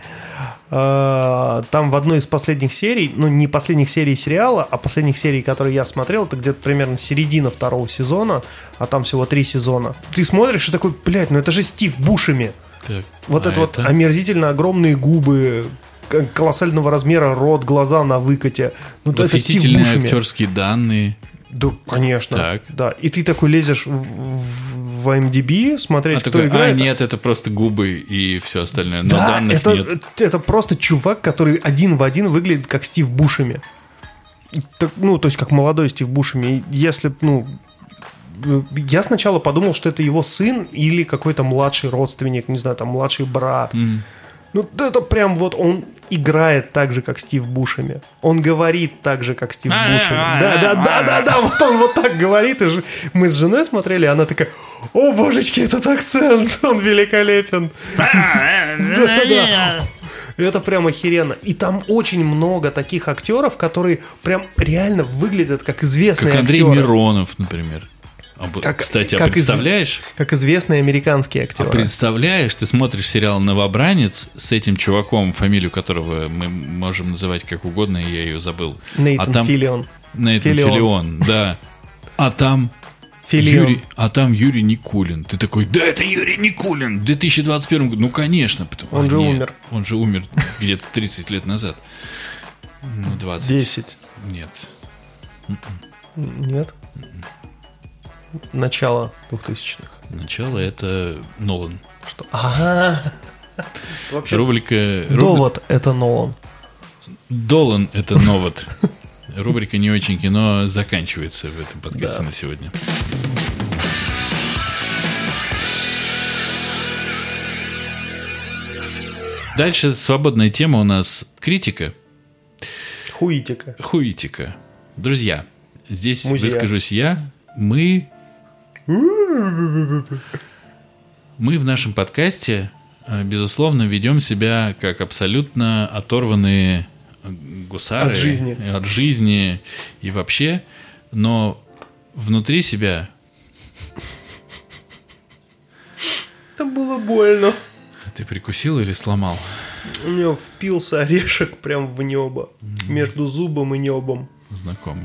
Там в одной из последних серий, ну не последних серий сериала, а последних серий, которые я смотрел, это где-то примерно середина 2 сезона, а там всего 3 сезона. Ты смотришь и такой, блядь, ну это же Стив Бушеми. Так, вот это вот омерзительно огромные губы, колоссального размера рот, глаза на выкате. Ну, это Стив Бушеми. актерские данные. Да, конечно. Так. Да. И ты такой лезешь в IMDb смотреть, кто такой, играет. Нет, это просто губы и все остальное. Но да, данных нет. Это просто чувак, который один в один выглядит как Стив Бушеми. Ну, то есть, как молодой Стив Бушеми. Если, я сначала подумал, что это его сын или какой-то младший родственник, не знаю, там, младший брат. Ну, это прям вот он играет так же, как Стив Бушеми. Он говорит так же, как Стив Бушеми. Да, вот он вот так говорит. И мы с женой смотрели, и она такая, о, божечки, этот акцент, он великолепен. Да. Это прям охеренно. И там очень много таких актеров, которые прям реально выглядят как известные актеры. Как Андрей Миронов, например. Кстати, представляешь? Как известные американские актеры. А представляешь, ты смотришь сериал «Новобранец» с этим чуваком, фамилию которого мы можем называть как угодно, и я ее забыл. Нейтан Филлион. Нейтан Филлион, да. А там Юрий Никулин. Ты такой, да, это Юрий Никулин в 2021 году. Ну, конечно. Он же умер. Он же умер где-то 30 лет назад. Ну, 20. 10. Нет. Нет? Начало 2000-х. Начало — это Нолан. Что? Ага. Вообще, довод — это Нолан. Долан — это новод. Рубрика «Не очень кино» заканчивается в этом подкасте на сегодня. Дальше свободная тема у нас критика. Хуитика. Друзья, здесь выскажусь я. Мы в нашем подкасте, безусловно, ведем себя как абсолютно оторванные гусары от жизни и вообще, но внутри себя... Это было больно. Ты прикусил или сломал? У меня впился орешек прям в небо. Между зубом и небом. Знакомо.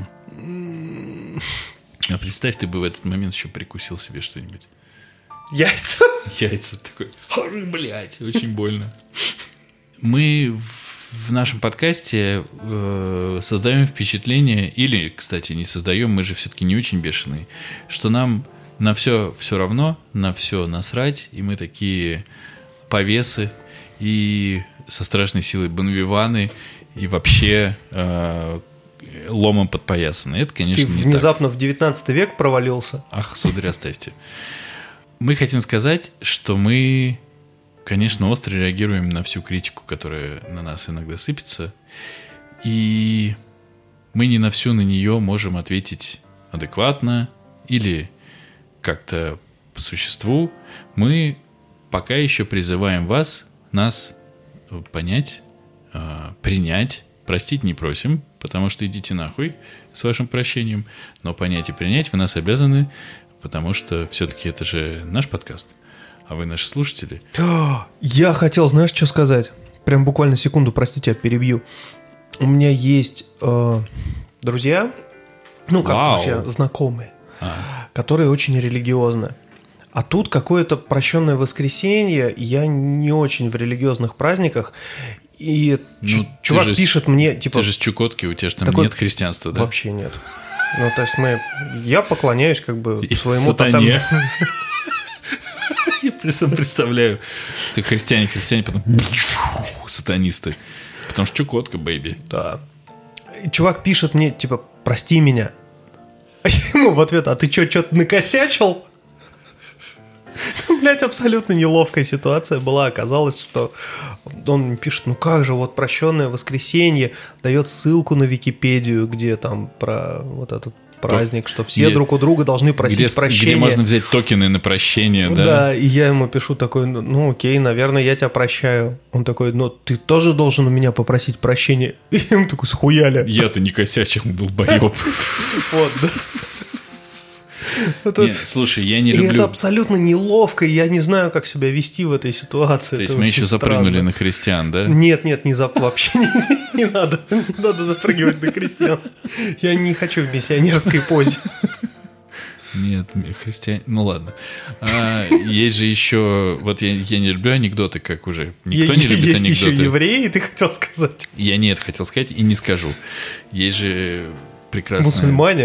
А представь, ты бы в этот момент еще прикусил себе что-нибудь. Яйца такой. Блядь, очень больно. Мы в нашем подкасте создаем впечатление, или, кстати, не создаем, мы же все-таки не очень бешеные, что нам на все равно, на все насрать, и мы такие... повесы и со страшной силой бонвиваны и вообще ломом подпоясаны. Это, конечно, ты внезапно в 19 век провалился. Ах, сударь, оставьте. Мы хотим сказать, что мы, конечно, остро реагируем на всю критику, которая на нас иногда сыпется, и мы не на всю на нее можем ответить адекватно или как-то по существу. Мы пока еще призываем нас понять, принять, простить не просим, потому что идите нахуй с вашим прощением, но понять и принять вы нас обязаны, потому что все-таки это же наш подкаст, а вы наши слушатели. Я хотел, знаешь, что сказать? Прям буквально секунду, простите, я перебью. У меня есть друзья, друзья, знакомые, которые очень религиозны. А тут какое-то прощенное воскресенье, я не очень в религиозных праздниках, и чувак пишет мне, типа... Ты же с Чукотки, у тебя же там нет христианства, да? Вообще нет. Ну, то есть я поклоняюсь как бы своему... Сатане. Я представляю. Ты христиане, потом сатанисты. Потому что Чукотка, бэйби. Да. И чувак пишет мне, типа, прости меня. А я ему в ответ, а ты что-то накосячил? Блять, абсолютно неловкая ситуация была. Оказалось, что он пишет, как же, вот прощенное воскресенье, дает ссылку на Википедию, где там про вот этот праздник, что все друг у друга должны просить прощения. Где можно взять токены на прощение, да? Да, и я ему пишу такой, окей, наверное, я тебя прощаю. Он такой, но ты тоже должен у меня попросить прощения. И ему такой, схуяли. Я-то не косячил, долбоеб. Вот, да. Нет, слушай, я не люблю... И это абсолютно неловко, и я не знаю, как себя вести в этой ситуации. То есть мы еще запрыгнули на христиан, да? Нет, вообще не надо. Не надо запрыгивать на христиан. Я не хочу в миссионерской позе. Нет, христиане... Ну ладно. Есть же еще... Вот я не люблю анекдоты, как уже... Никто не любит анекдоты. Есть еще евреи, ты хотел сказать? Я хотел сказать и не скажу. Есть же... Мусульмане.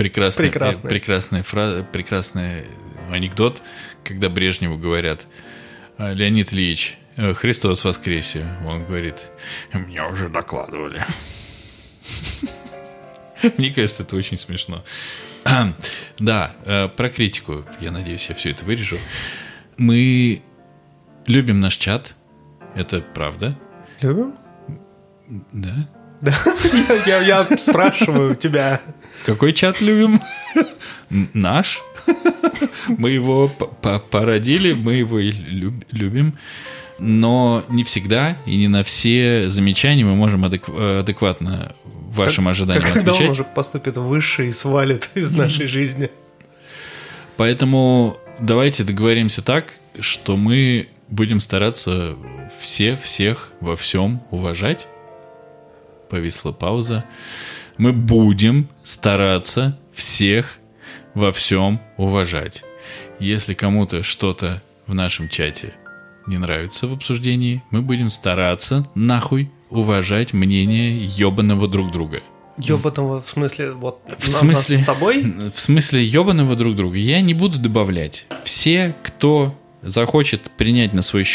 Прекрасный анекдот, когда Брежневу говорят: Леонид Ильич, Христос воскресе. Он говорит: мне уже докладывали. Мне кажется, это очень смешно. Да, про критику. Я надеюсь, я все это вырежу. Мы любим наш чат. Это правда. Любим? Да. Да, я спрашиваю тебя. Какой чат любим? Наш. Мы его породили, мы его и любим. Но не всегда и не на все замечания мы можем адекватно вашим ожиданиям отвечать. Когда он уже поступит выше и свалит из нашей жизни. Поэтому давайте договоримся так, что мы будем стараться всех во всем уважать. Повисла пауза. Мы будем стараться всех во всем уважать. Если кому-то что-то в нашем чате не нравится в обсуждении, мы будем стараться нахуй уважать мнение ебаного друг друга. Ебаного в смысле вот нас с тобой? В смысле ебаного друг друга. Я не буду добавлять. Все, кто захочет принять на свой счет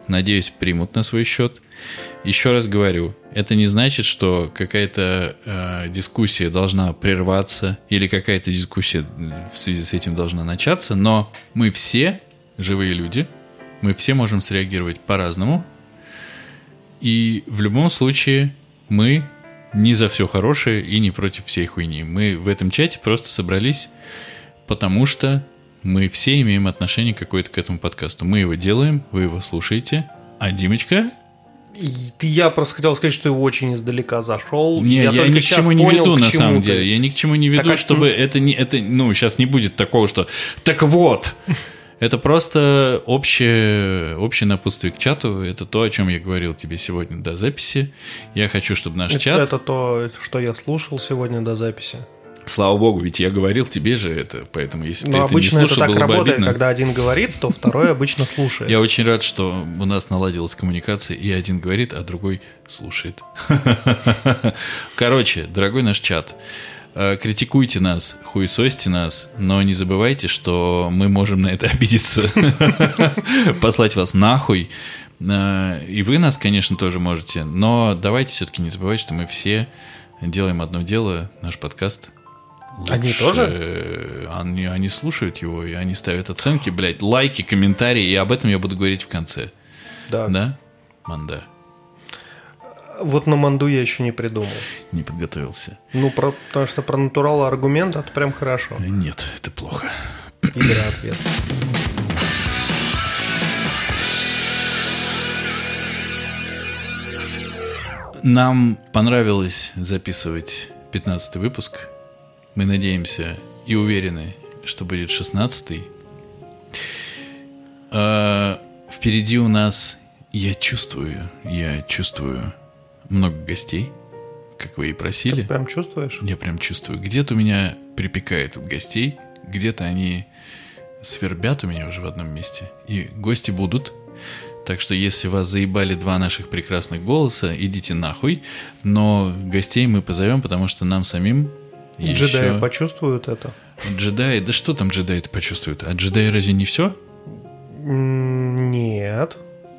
Надеюсь, примут на свой счет. Еще раз говорю, это не значит, что какая-то дискуссия должна прерваться или какая-то дискуссия в связи с этим должна начаться, но мы все живые люди, мы все можем среагировать по-разному, и в любом случае мы не за все хорошее и не против всей хуйни. Мы в этом чате просто собрались, потому что мы все имеем отношение какое-то к этому подкасту. Мы его делаем, вы его слушаете. А Димочка? Я просто хотел сказать, что ты очень издалека зашел. Не, я ни к чему не веду, на самом деле. Я ни к чему не веду, так, чтобы это сейчас не будет такого, что «так вот». Это просто общее напутствие к чату. Это то, о чем я говорил тебе сегодня до записи. Я хочу, чтобы наш чат... Это то, что я слушал сегодня до записи. Слава богу, ведь я говорил тебе же это, поэтому если ты это не обычно слушал, это так было бы работает, обидно. когда один говорит, то второй обычно слушает. Я очень рад, что у нас наладилась коммуникация, и один говорит, а другой слушает. Короче, дорогой наш чат, критикуйте нас, хуесосьте нас, но не забывайте, что мы можем на это обидеться, послать вас нахуй. И вы нас, конечно, тоже можете, но давайте все-таки не забывать, что мы все делаем одно дело, наш подкаст. Лучше... Они тоже? Они слушают его, и они ставят оценки, блядь, лайки, комментарии, и об этом я буду говорить в конце. Да. Да? Манда. Вот на манду я еще не придумал. Не подготовился. Потому что про натурал аргумент это прям хорошо. Нет, это плохо. Игра ответ. Нам понравилось записывать 15-й выпуск. Мы надеемся и уверены, что будет 16-й. Впереди у нас, я чувствую много гостей, как вы и просили. Ты прям чувствуешь? Я прям чувствую. Где-то у меня припекает от гостей, где-то они свербят у меня уже в одном месте. И гости будут. Так что, если вас заебали два наших прекрасных голоса, идите нахуй. Но гостей мы позовем, потому что нам самим Джедаи еще... почувствуют это? Джедаи? Да что там джедаи-то почувствуют? А джедаи разве не все? Нет.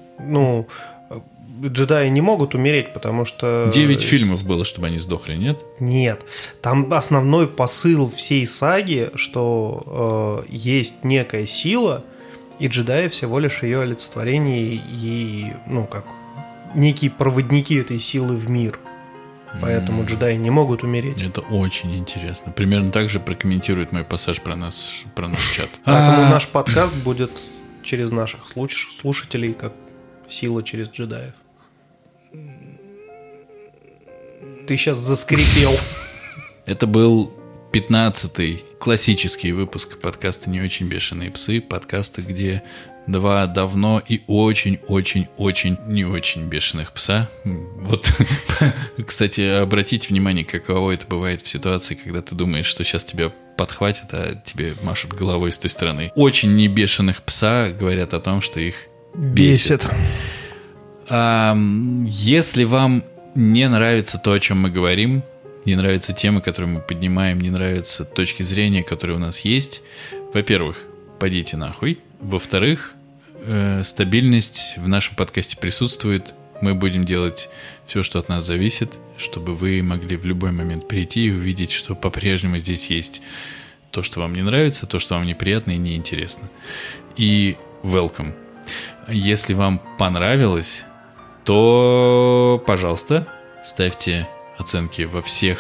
Джедаи не могут умереть, потому что... 9 фильмов было, чтобы они сдохли, нет? Нет. Там основной посыл всей саги, что есть некая сила, и джедаи всего лишь ее олицетворение и, некие проводники этой силы в мир. Поэтому джедаи не могут умереть. Это очень интересно. Примерно так же прокомментирует мой пассаж про наш чат. Поэтому наш подкаст будет через наших слушателей, как сила через джедаев. Ты сейчас заскрипел. Это был 15-й классический выпуск подкаста «Не очень бешеные псы». Подкаста, где два давно и очень-очень-очень не очень бешеных пса. Вот, кстати, обратите внимание, каково это бывает в ситуации, когда ты думаешь, что сейчас тебя подхватят, а тебе машут головой с той стороны. Очень не бешеных пса говорят о том, что их бесит. Если вам не нравится то, о чем мы говорим, не нравятся темы, которые мы поднимаем, не нравятся точки зрения, которые у нас есть, во-первых, подите нахуй. Во-вторых, стабильность в нашем подкасте присутствует. Мы будем делать все, что от нас зависит, чтобы вы могли в любой момент прийти и увидеть, что по-прежнему здесь есть то, что вам не нравится, то, что вам неприятно и неинтересно. И welcome. Если вам понравилось, то, пожалуйста, ставьте оценки во всех...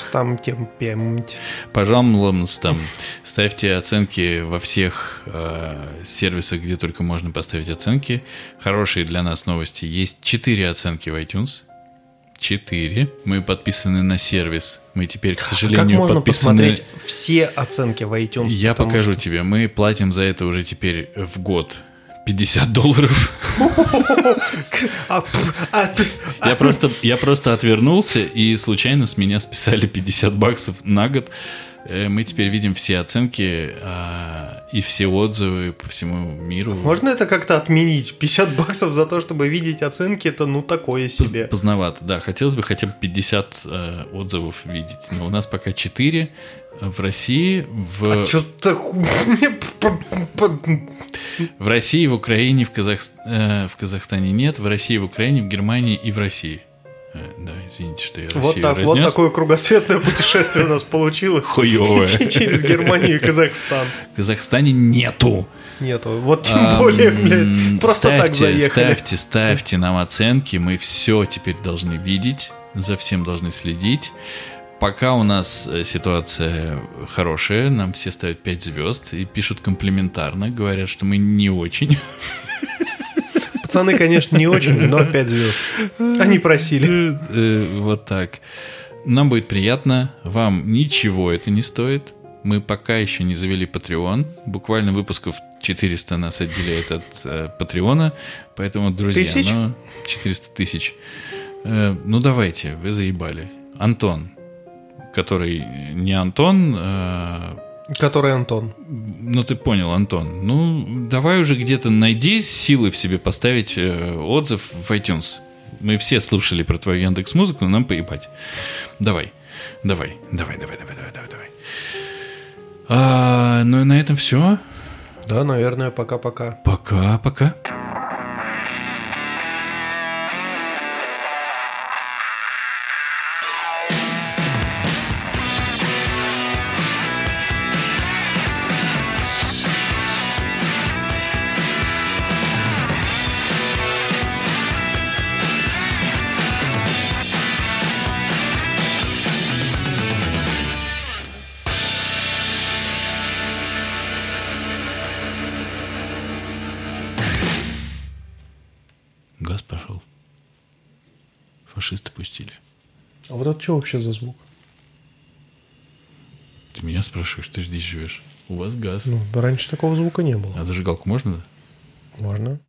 Пожалуйста, ставьте оценки во всех сервисах, где только можно поставить оценки. Хорошие для нас новости. Есть 4 оценки в iTunes. 4. Мы подписаны на сервис. Мы теперь, к сожалению, как можно подписаны... посмотреть все оценки в iTunes? Я покажу тебе. Мы платим за это уже теперь в год $50. Я просто отвернулся, и случайно с меня списали $50 на год. Мы теперь видим все оценки и все отзывы по всему миру. Можно это как-то отменить? $50 за то, чтобы видеть оценки, это такое себе. Поздновато, да. Хотелось бы хотя бы 50 отзывов видеть. Но у нас пока 4. В России... В России, в Украине, в Казахстане нет, в России, в Украине, в Германии и в России. Да, извините, что я Россию разнес. Вот такое кругосветное путешествие у нас получилось. Хуёвое. Через Германию и Казахстан. В Казахстане нету. Вот тем более, блядь, просто так заехали. Ставьте нам оценки, мы все теперь должны видеть, за всем должны следить. Пока у нас ситуация хорошая, нам все ставят 5 звезд и пишут комплиментарно, говорят, что мы не очень. Пацаны, конечно, не очень, но 5 звезд. Они просили. Вот так. Нам будет приятно, вам ничего это не стоит. Мы пока еще не завели Patreon. Буквально выпусков 400 нас отделяет от Патреона. Поэтому, друзья, 400 тысяч. Ну, давайте, вы заебали. Антон, который не Антон... Который Антон. Ну, ты понял, Антон. Ну, давай уже где-то найди силы в себе поставить отзыв в iTunes. Мы все слушали про твою Яндекс.Музыку, но нам поебать. Давай. Ну и на этом все. Да, наверное, пока-пока. Пока-пока. Газ пошел. Фашисты пустили. А вот это что вообще за звук? Ты меня спрашиваешь, ты же здесь живешь. У вас газ. Ну, раньше такого звука не было. А зажигалку можно? Можно.